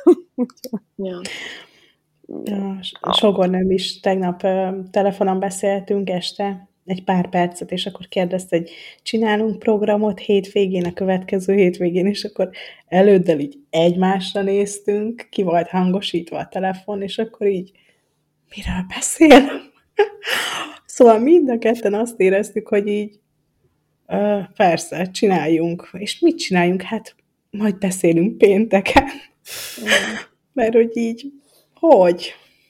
Speaker 5: Sógornőm is tegnap telefonon beszéltünk este, egy pár percet, és akkor kérdezte, hogy csinálunk programot hétvégén, a következő hétvégén, és akkor előddel így egymásra néztünk, ki volt hangosítva a telefon, és akkor így miről beszél? Szóval mind a ketten azt éreztük, hogy így persze, csináljunk. És mit csináljunk? Hát majd beszélünk pénteken. Mert hogy így, hogy?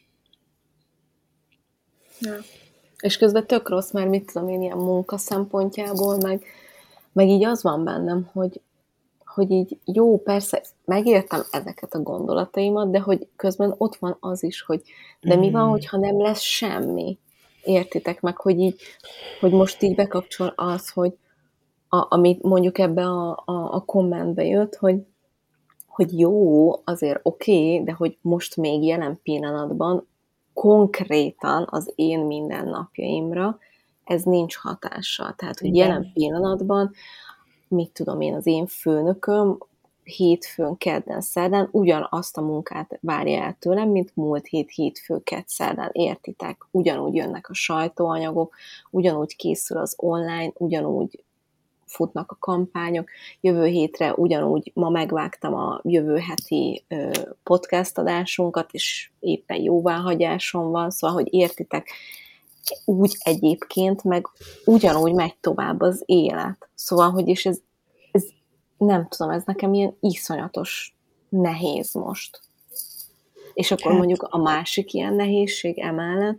Speaker 3: Ja. És közben tök rossz, mert mit tudom én ilyen munka szempontjából, meg így az van bennem, hogy így jó, persze, megértem ezeket a gondolataimat, de hogy közben ott van az is, hogy de mi van, hogyha nem lesz semmi? Értitek meg, hogy így, hogy most így bekapcsol az, hogy amit mondjuk ebbe a kommentbe jött, hogy jó, azért oké, de hogy most még jelen pillanatban konkrétan az én mindennapjaimra ez nincs hatással. Tehát, hogy jelen pillanatban, mit tudom én, az én főnököm hétfőn, kedden, szerdán ugyanazt a munkát várja el tőlem, mint múlt hétfő, kedd, szerdán, értitek? Ugyanúgy jönnek a sajtóanyagok, ugyanúgy készül az online, ugyanúgy futnak a kampányok. Jövő hétre ugyanúgy ma megvágtam a jövő heti podcast adásunkat, és éppen jóváhagyásom van, szóval, hogy értitek, úgy egyébként, meg ugyanúgy megy tovább az élet. Szóval, hogy és ez nem tudom, ez nekem ilyen iszonyatos nehéz most. És akkor mondjuk a másik ilyen nehézség emellett,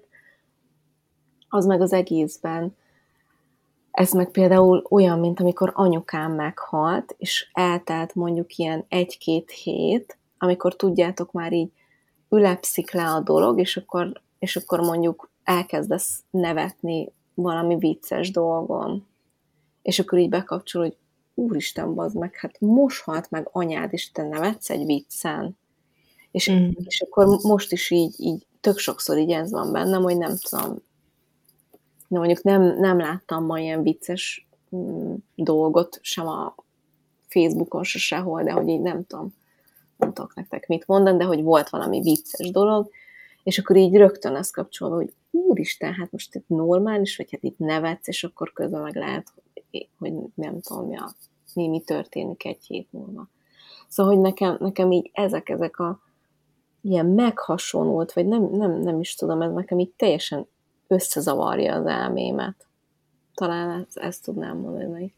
Speaker 3: az meg az egészben, ez meg például olyan, mint amikor anyukám meghalt, és eltelt mondjuk ilyen 1-2 hét, amikor tudjátok már így ülepszik le a dolog, és akkor mondjuk elkezdesz nevetni valami vicces dolgon. És akkor így bekapcsol, hogy úristen, bazd meg, hát most halt meg anyád, és te nevetsz egy viccen. És akkor most is így tök sokszor így ez van bennem, hogy nem tudom, mondjuk nem láttam ma ilyen vicces dolgot, sem a Facebookon, se sehol, de hogy így nem tudok nektek mit mondani, de hogy volt valami vicces dolog, és akkor így rögtön ezt kapcsolva, hogy úristen, hát most itt normális, vagy hát itt nevetsz, és akkor közben meg lehet, hogy nem tudom, mi történik 1 hét múlva. Szóval, hogy nekem így ezek a ilyen meghasonult, vagy nem is tudom, ez nekem így teljesen összezavarja az elmémet. Talán ezt tudnám mondani.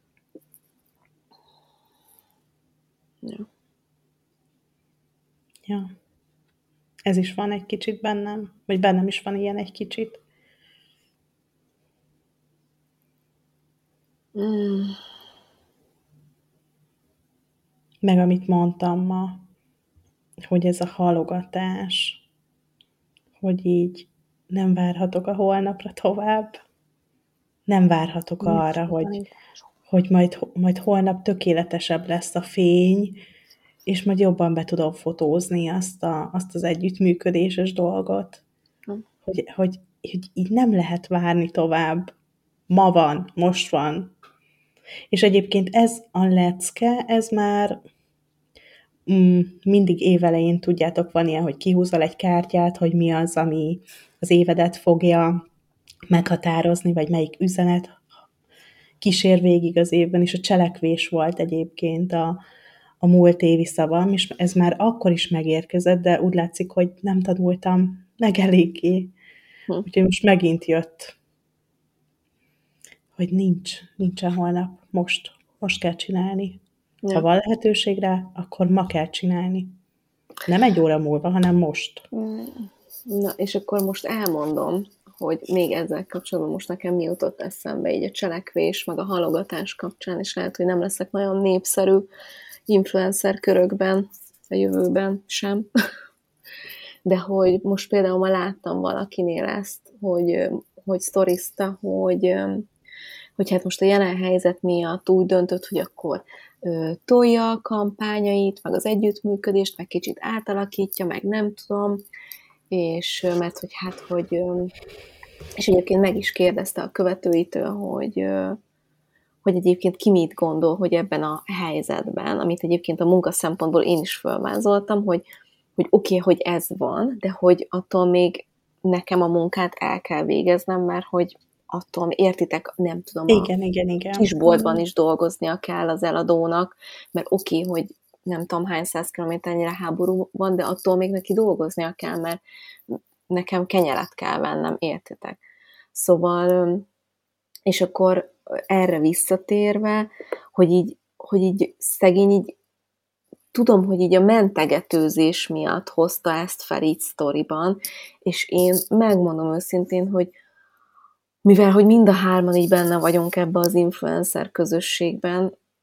Speaker 5: Ja. Ez is van egy kicsit bennem, vagy bennem is van ilyen egy kicsit. Meg amit mondtam ma, hogy ez a halogatás, hogy így nem várhatok a holnapra tovább, nem várhatok arra, hogy majd holnap tökéletesebb lesz a fény, és majd jobban be tudom fotózni azt az együttműködéses dolgot. Hogy így nem lehet várni tovább. Ma van, most van. És egyébként ez a lecke, ez már mindig évelején, tudjátok, van ilyen, hogy kihúzol egy kártyát, hogy mi az, ami az évedet fogja meghatározni, vagy melyik üzenet kísér végig az évben, és a cselekvés volt egyébként a múlt évi szavam, és ez már akkor is megérkezett, de úgy látszik, hogy nem tanultam meg eléggé. Úgyhogy most megint jött, hogy nincsen holnap, most kell csinálni. Ja. Ha van lehetőség rá, akkor ma kell csinálni. Nem 1 óra múlva, hanem most.
Speaker 3: Na, és akkor most elmondom, hogy még ezzel kapcsolatban most nekem mi jutott eszembe így a cselekvés, meg a halogatás kapcsán, és lehet, hogy nem leszek nagyon népszerű influencer körökben, a jövőben sem. De hogy most például ma láttam valakinél ezt, hogy sztorizta, hogy hát most a jelen helyzet miatt úgy döntött, hogy akkor tolja a kampányait, meg az együttműködést, meg kicsit átalakítja, meg nem tudom, és mert hogy hát, és egyébként meg is kérdezte a követőitől, hogy egyébként ki mit gondol, hogy ebben a helyzetben, amit egyébként a munka szempontból én is fölvázoltam, hogy oké, hogy ez van, de hogy attól még nekem a munkát el kell végeznem, mert hogy attól, értitek, nem tudom,
Speaker 5: igen.
Speaker 3: kisboltban is dolgoznia kell az eladónak, mert oké, hogy nem tudom hány 100 kilométernyire háború van, de attól még neki dolgoznia kell, mert nekem kenyeret kell vennem, értitek. Szóval, és akkor erre visszatérve, hogy így szegény így tudom, hogy így a mentegetőzés miatt hozta ezt fel így sztoriban, és én megmondom őszintén, hogy mivel, hogy mind a hárman így benne vagyunk ebbe az influencer közösségben,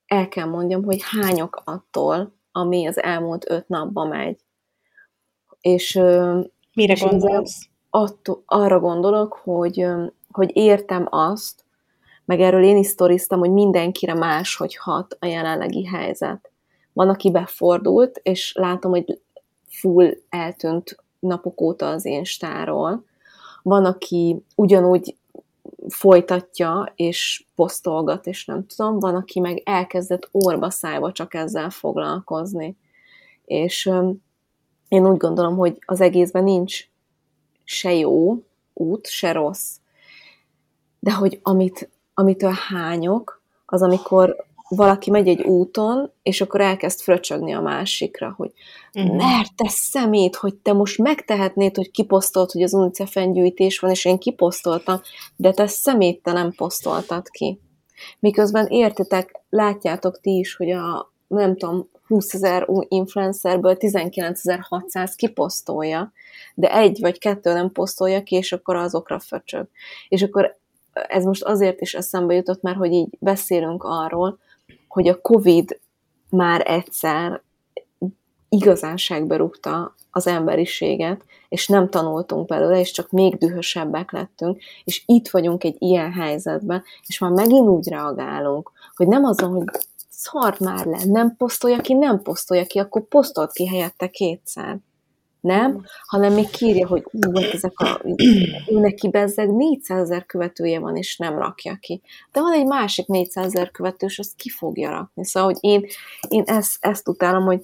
Speaker 3: el kell mondjam, hogy hányok attól, ami az elmúlt 5 napban megy. És
Speaker 5: Mire gondolsz?
Speaker 3: Arra gondolok, hogy értem azt, meg erről én is sztoriztam, hogy mindenkire máshogy hat a jelenlegi helyzet. Van, aki befordult, és látom, hogy full eltűnt napok óta az Instáról. Van, aki ugyanúgy folytatja, és posztolgat, és nem tudom, van, aki meg elkezdett orba szájba csak ezzel foglalkozni. És én úgy gondolom, hogy az egészben nincs se jó út, se rossz. De hogy amitől hányok, az amikor valaki megy egy úton, és akkor elkezd fröcsögni a másikra, hogy mert te szemét, hogy te most megtehetnéd, hogy kiposztolt, hogy az UNICEF-en gyűjtés van, és én kiposztoltam, de te szemét, te nem posztoltad ki. Miközben értitek, látjátok ti is, hogy a, nem tudom, 20 000 influencerből 19.600 kiposztolja, de 1 vagy 2 nem posztolja ki, és akkor azokra fröcsög. És akkor ez most azért is eszembe jutott, mert hogy így beszélünk arról, hogy a Covid már egyszer igazánságba rúgta az emberiséget, és nem tanultunk belőle, és csak még dühösebbek lettünk, és itt vagyunk egy ilyen helyzetben, és már megint úgy reagálunk, hogy nem azon, hogy szart már le, nem posztolja ki, akkor posztolt ki helyette 2-szer. Nem? Hanem még kírja, hogy ő neki bezzeg 400 000 követője van, és nem rakja ki. De van egy másik 400 000 követős, azt ki fogja rakni. Szóval, hogy én ezt utálom,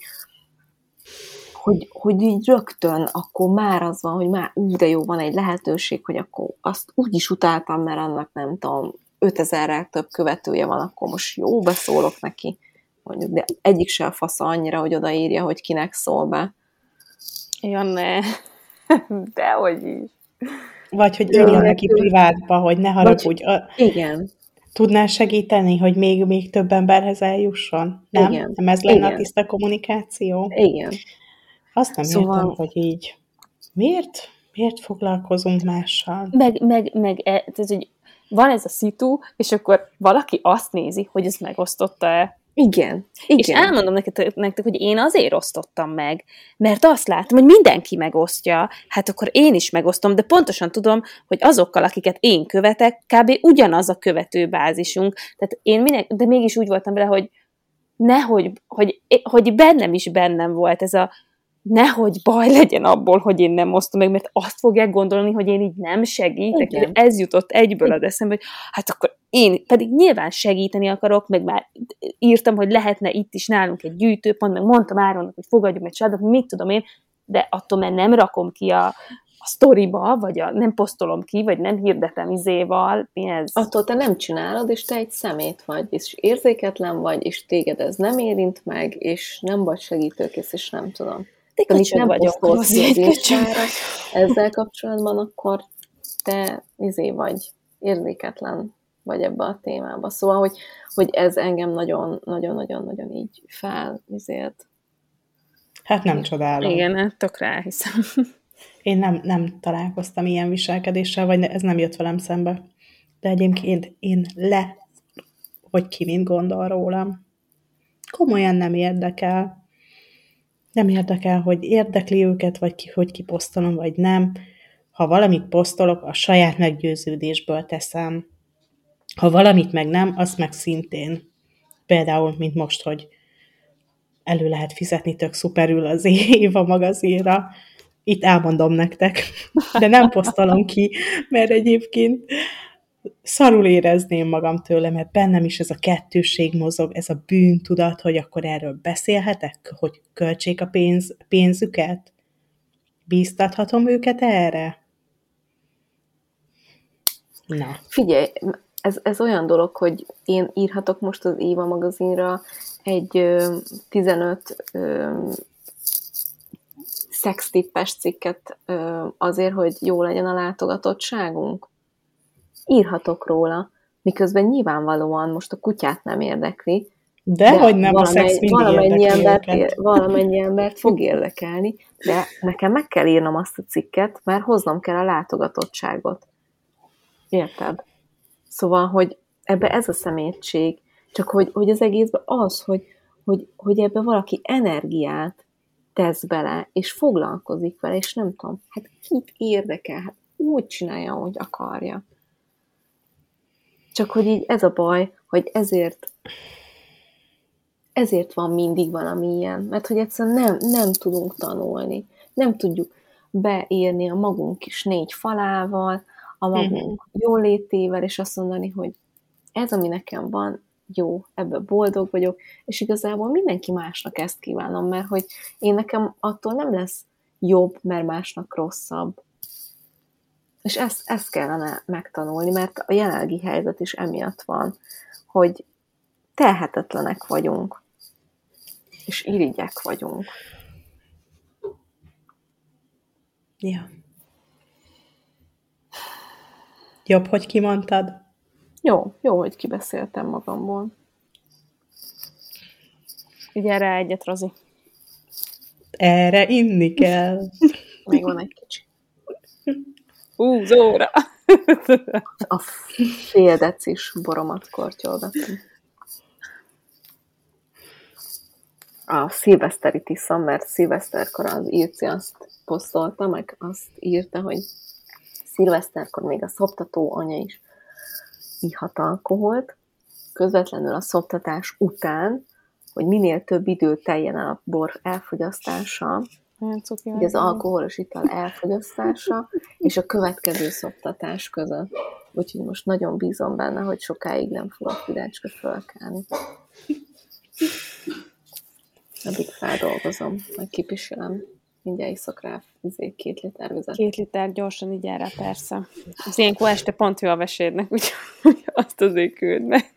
Speaker 3: hogy így rögtön akkor már az van, hogy már de jó, van egy lehetőség, hogy akkor azt úgy is utáltam, mert annak nem tudom, 5000-rel több követője van, akkor most jó, beszólok neki. Mondjuk, de egyik se a fasza annyira, hogy odaírja, hogy kinek szól be.
Speaker 4: Ja, ne. Dehogy is.
Speaker 5: Vagy hogy írja neki privátba, hogy ne haragudj.
Speaker 3: Igen.
Speaker 5: Tudnál segíteni, hogy még több emberhez eljusson? Nem?
Speaker 3: Igen.
Speaker 5: Nem ez lenne a tiszta kommunikáció?
Speaker 3: Igen.
Speaker 5: Azt nem értem, hogy így. Miért foglalkozunk mással?
Speaker 4: Tehát, hogy van ez a szitu, és akkor valaki azt nézi, hogy ez megosztotta-e.
Speaker 3: Igen.
Speaker 4: És elmondom nektek, hogy én azért osztottam meg, mert azt látom, hogy mindenki megosztja, hát akkor én is megosztom, de pontosan tudom, hogy azokkal, akiket én követek, kb. Ugyanaz a követőbázisunk. Tehát de mégis úgy voltam vele, hogy hogy bennem volt ez a nehogy baj legyen abból, hogy én nem osztom meg, mert azt fogják gondolni, hogy én így nem segítek. Igen. Ez jutott egyből az eszembe, hogy hát akkor én pedig nyilván segíteni akarok, meg már írtam, hogy lehetne itt is nálunk egy gyűjtőpont, meg mondtam Áronnak, hogy fogadjunk egy családot, mit tudom én, de attól, mert nem rakom ki a sztoriba, vagy nem posztolom ki, vagy nem hirdetem izéval, mi ez?
Speaker 3: Attól te nem csinálod, és te egy szemét vagy, és érzéketlen vagy, és téged ez nem érint meg, és nem vagy segítőkész, és nem tudom.
Speaker 4: De köcsög vagyok.
Speaker 3: Ezzel kapcsolatban akkor te vagy, érzéketlen vagy ebbe a témába. Szóval, hogy ez engem nagyon-nagyon-nagyon így felizélt.
Speaker 5: Hát nem csodálom.
Speaker 4: Igen, hát tökre elhiszem.
Speaker 5: Én nem találkoztam ilyen viselkedéssel, vagy ez nem jött velem szembe. De egyébként én hogy ki mint gondol rólam. Komolyan nem érdekel. Nem érdekel, hogy érdekli őket, vagy hogy kiposztolom, vagy nem. Ha valamit posztolok, a saját meggyőződésből teszem. Ha valamit meg nem, azt meg szintén. Például, mint most, hogy elő lehet fizetni tök szuperül az Éva magazinra. Itt elmondom nektek, de nem posztolom ki, mert egyébként szarul érezném magam tőle, mert bennem is ez a kettősség mozog, ez a bűntudat, hogy akkor erről beszélhetek, hogy költsék a pénzüket? Bíztathatom őket erre? Na.
Speaker 3: Figyelj, ez olyan dolog, hogy én írhatok most az Éva magazinra egy 15 szextippes cikket azért, hogy jó legyen a látogatottságunk. Írhatok róla, miközben nyilvánvalóan most a kutyát nem érdekli,
Speaker 5: de hogy nem a szex mindig érdekli
Speaker 3: valamennyi embert fog érdekelni, de nekem meg kell írnom azt a cikket, mert hoznom kell a látogatottságot. Érted? Szóval, hogy ebbe ez a szemétség, Csak hogy az egészben az, hogy ebbe valaki energiát tesz bele, és foglalkozik vele, és nem tudom, hát kit érdekel, hát úgy csinálja, ahogy akarja. Csak hogy így ez a baj, hogy ezért van mindig valami ilyen, mert hogy egyszerűen nem tudunk tanulni, nem tudjuk beírni a magunk kis 4 falával, a magunk jólétével, és azt mondani, hogy ez, ami nekem van, jó, ebből boldog vagyok, és igazából mindenki másnak ezt kívánom, mert hogy én nekem attól nem lesz jobb, mert másnak rosszabb. És ezt kellene megtanulni, mert a jelenlegi helyzet is emiatt van, hogy telhetetlenek vagyunk, és irigyek vagyunk.
Speaker 5: Ja. Jobb, hogy kimondtad?
Speaker 3: Jó, hogy kibeszéltem magamból.
Speaker 4: Ugye rá egyet, Rozi.
Speaker 5: Erre inni kell.
Speaker 3: Még van egy kicsi.
Speaker 4: Zóra!
Speaker 3: A fél decis boromat kortyolgatom. A szilveszterit iszom, mert szilveszterkor az Irci azt posztolta, meg azt írta, hogy szilveszterkor még a szoptató anya is ihat alkoholt, közvetlenül a szoptatás után, hogy minél több idő teljen el a bor elfogyasztása, ugye az alkoholos ital elfogyasztása, és a következő szoptatás között. Úgyhogy most nagyon bízom benne, hogy sokáig nem fog a Fidácska fölkelni. Addig feldolgozom, majd kipisilem. Mindjárt iszok rá 2 liter vizet.
Speaker 4: 2 liter gyorsan így rá, persze. Az ilyenkor este pont jó a vesédnek, úgyhogy azt azért küld meg.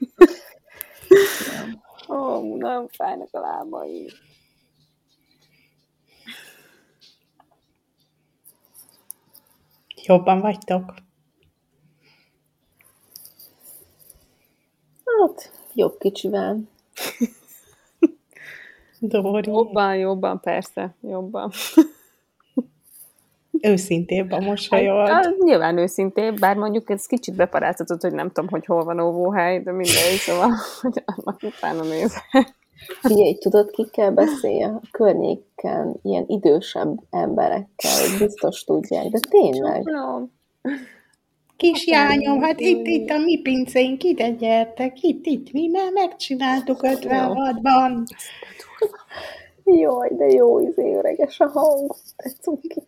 Speaker 4: Nagyon fájnak a lábai.
Speaker 5: Jobban vagytok?
Speaker 3: Hát, jobb kicsivel.
Speaker 5: Dóri.
Speaker 4: Jobban, persze, jobban.
Speaker 5: Őszintébb a mosolyod.
Speaker 4: Hát, nyilván őszintébb, bár mondjuk ez kicsit beparáztatott, hogy nem tudom, hogy hol van óvóhely, de mindegy, szóval, hogy annak utána nézek.
Speaker 3: Figyelj, tudod, kikkel beszélj a környéken, ilyen idősebb emberekkel, hogy biztos tudják, de tényleg.
Speaker 5: Kisjányom, hát itt a mi pincénk, ide gyertek, itt, mi már megcsináltuk 56-ban.
Speaker 3: Jaj, de jó, öreges a hang, te cuki.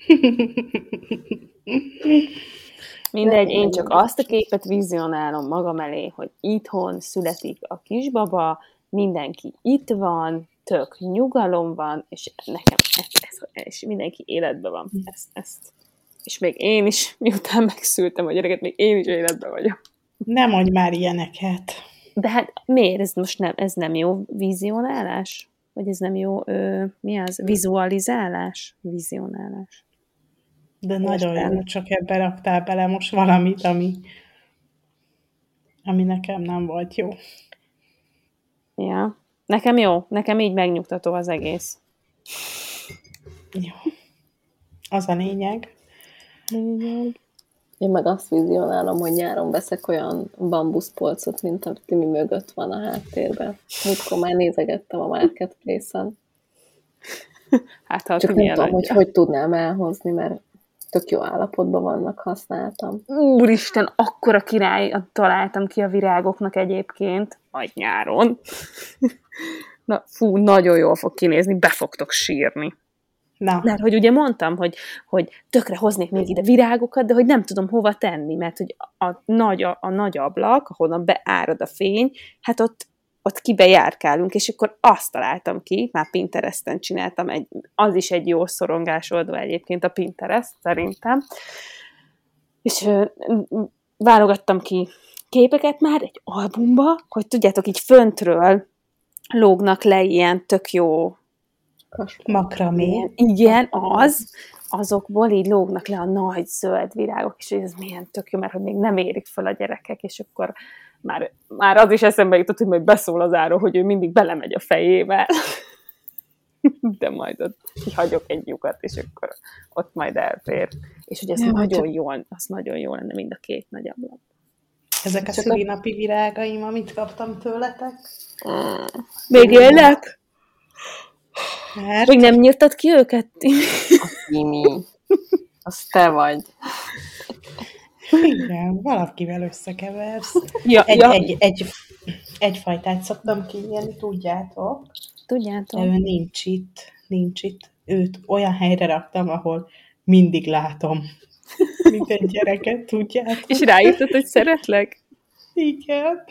Speaker 4: Mindegy, én csak azt a képet vizionálom magam elé, hogy itthon születik a kisbaba, mindenki itt van, tök nyugalom van, és nekem és mindenki életben van. Ezt. És még én is, miután megszültem a gyereket, még én is életben vagyok.
Speaker 5: Nem mondj már ilyeneket.
Speaker 4: De hát miért? Ez most ez nem jó vizionálás? Vagy ez nem jó, mi az? Vizualizálás? Vizionálás.
Speaker 5: De nagyon jó, csak ebben raktál bele most valamit, ami nekem nem volt jó.
Speaker 4: Ja. Nekem jó. Nekem így megnyugtató az egész.
Speaker 5: Jó. Az a lényeg.
Speaker 3: Én meg azt vizionálom, hogy nyáron veszek olyan bambuszpolcot, mint a Timi mögött van a háttérben. Múltkor már nézegettem a Marketplace-en.
Speaker 4: Hát, ha
Speaker 3: csak nem tudom, hogy tudnám elhozni, mert tök jó állapotban vannak, használtam.
Speaker 4: Úristen, akkora királyat találtam ki a virágoknak egyébként, majd nyáron. Na, fú, nagyon jól fog kinézni, be fogtok sírni.
Speaker 5: Na.
Speaker 4: Mert hogy ugye mondtam, hogy tökre hoznék még ide virágokat, de hogy nem tudom hova tenni, mert hogy a nagy ablak, ahonnan beárad a fény, hát ott kibejárkálunk, és akkor azt találtam ki, már Pinteresten csináltam, az is egy jó szorongás oldó egyébként a Pinterest, szerintem. És válogattam ki képeket már egy albumba, hogy tudjátok, így föntről lógnak le ilyen tök jó
Speaker 5: makramé.
Speaker 4: Igen, azokból így lógnak le a nagy zöld virágok, és ez milyen tök jó, mert hogy még nem érik fel a gyerekek, és akkor már az is eszembe jutott, hogy majd beszól az Áron, hogy ő mindig belemegy a fejével. De majd ott hagyok egy lyukat, és akkor ott majd elfér. És hogy ez nagyon jó lenne mind a 2 nagy ablak.
Speaker 5: Ezek a szülinapi virágaim, amit kaptam tőletek.
Speaker 4: Még élnek?
Speaker 5: Mert
Speaker 4: Még nem nyírtad ki őket?
Speaker 3: Timi, az te vagy.
Speaker 5: igen, valakivel összekeversz.
Speaker 4: Ja.
Speaker 5: Egy fajtát szoktam kinyírni, tudjátok.
Speaker 4: Tudjátok.
Speaker 5: De ő nincs itt. Őt olyan helyre raktam, ahol mindig látom. Mint egy gyereket, tudjátok.
Speaker 4: És ráírtad, hogy szeretlek?
Speaker 5: Igen.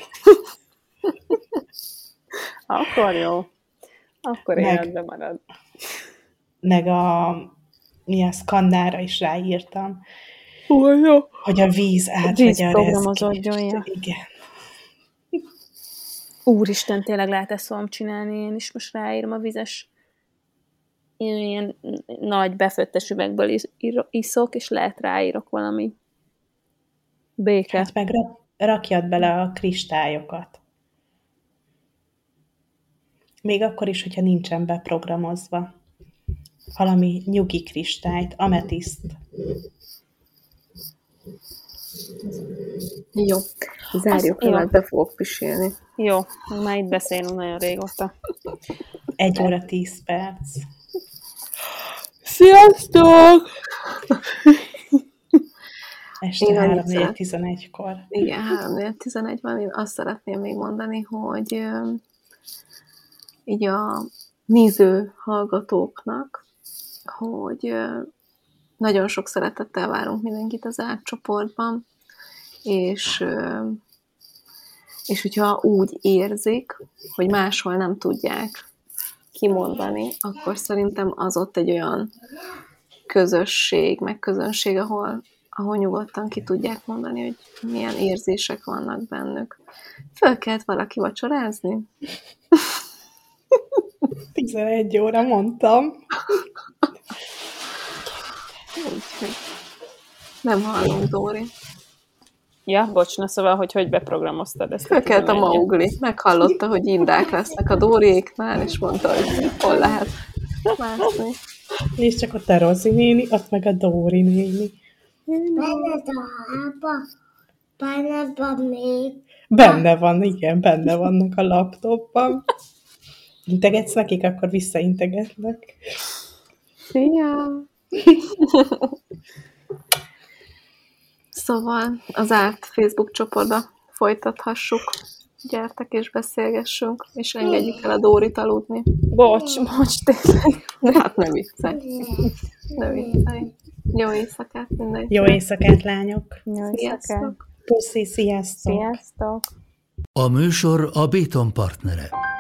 Speaker 4: Akkor jó. Akkor életben marad.
Speaker 5: Meg mi szkannára is ráírtam,
Speaker 4: Jó.
Speaker 5: hogy a víz átvegye a
Speaker 4: programozódjon, ja.
Speaker 5: Igen.
Speaker 4: Úristen, tényleg lehet ezt valam csinálni, én is most ráírom a vizes ilyen nagy befőttes üvegből iszok, és lehet ráírok valami béke.
Speaker 5: Hát meg rakjad bele a kristályokat. Még akkor is, hogyha nincsen beprogramozva. Valami nyugi kristályt, ametiszt.
Speaker 3: Jó, zárjuk el, be fogok pisilni.
Speaker 4: Jó, már itt beszélünk nagyon régóta.
Speaker 5: 1 óra 10 perc.
Speaker 4: Sziasztok!
Speaker 5: Este 3:11-kor.
Speaker 3: Igen, 3:11 én azt szeretném még mondani, hogy így a néző hallgatóknak, hogy nagyon sok szeretettel várunk mindenkit az átcsoportban, és hogyha úgy érzik, hogy máshol nem tudják kimondani, akkor szerintem az ott egy olyan közösség, meg közönség, ahol nyugodtan ki tudják mondani, hogy milyen érzések vannak bennük. Föl kellett valaki vacsorázni?
Speaker 5: 11 óra mondtam.
Speaker 3: Nem hallom, Dóri.
Speaker 4: Ja, bocsna, szóval, hogy beprogramoztad ezt.
Speaker 3: Fölkelt a Maugli. Meghallotta, hogy indák lesznek a Dóriéknál, és mondta, hogy hol lehet mászni.
Speaker 5: És csak ott a Rozi néni, ott meg a Dóri néni.
Speaker 6: Benned még.
Speaker 5: Benne van, igen, benne vannak a laptopban. Integetsz nekik, akkor visszaintegetnek.
Speaker 3: Szia! Szóval az árt Facebook csoportba folytathassuk. Gyertek és beszélgessünk, és engedjük el a Dórit aludni.
Speaker 4: Bocs, tényleg.
Speaker 3: De hát ne viccelj. Ne viccelj. Jó éjszakát mindenki.
Speaker 5: Jó éjszakát, lányok!
Speaker 3: Sziasztok!
Speaker 5: Puszi, sziasztok!
Speaker 4: Sziasztok!
Speaker 1: A műsor a Béton partnere.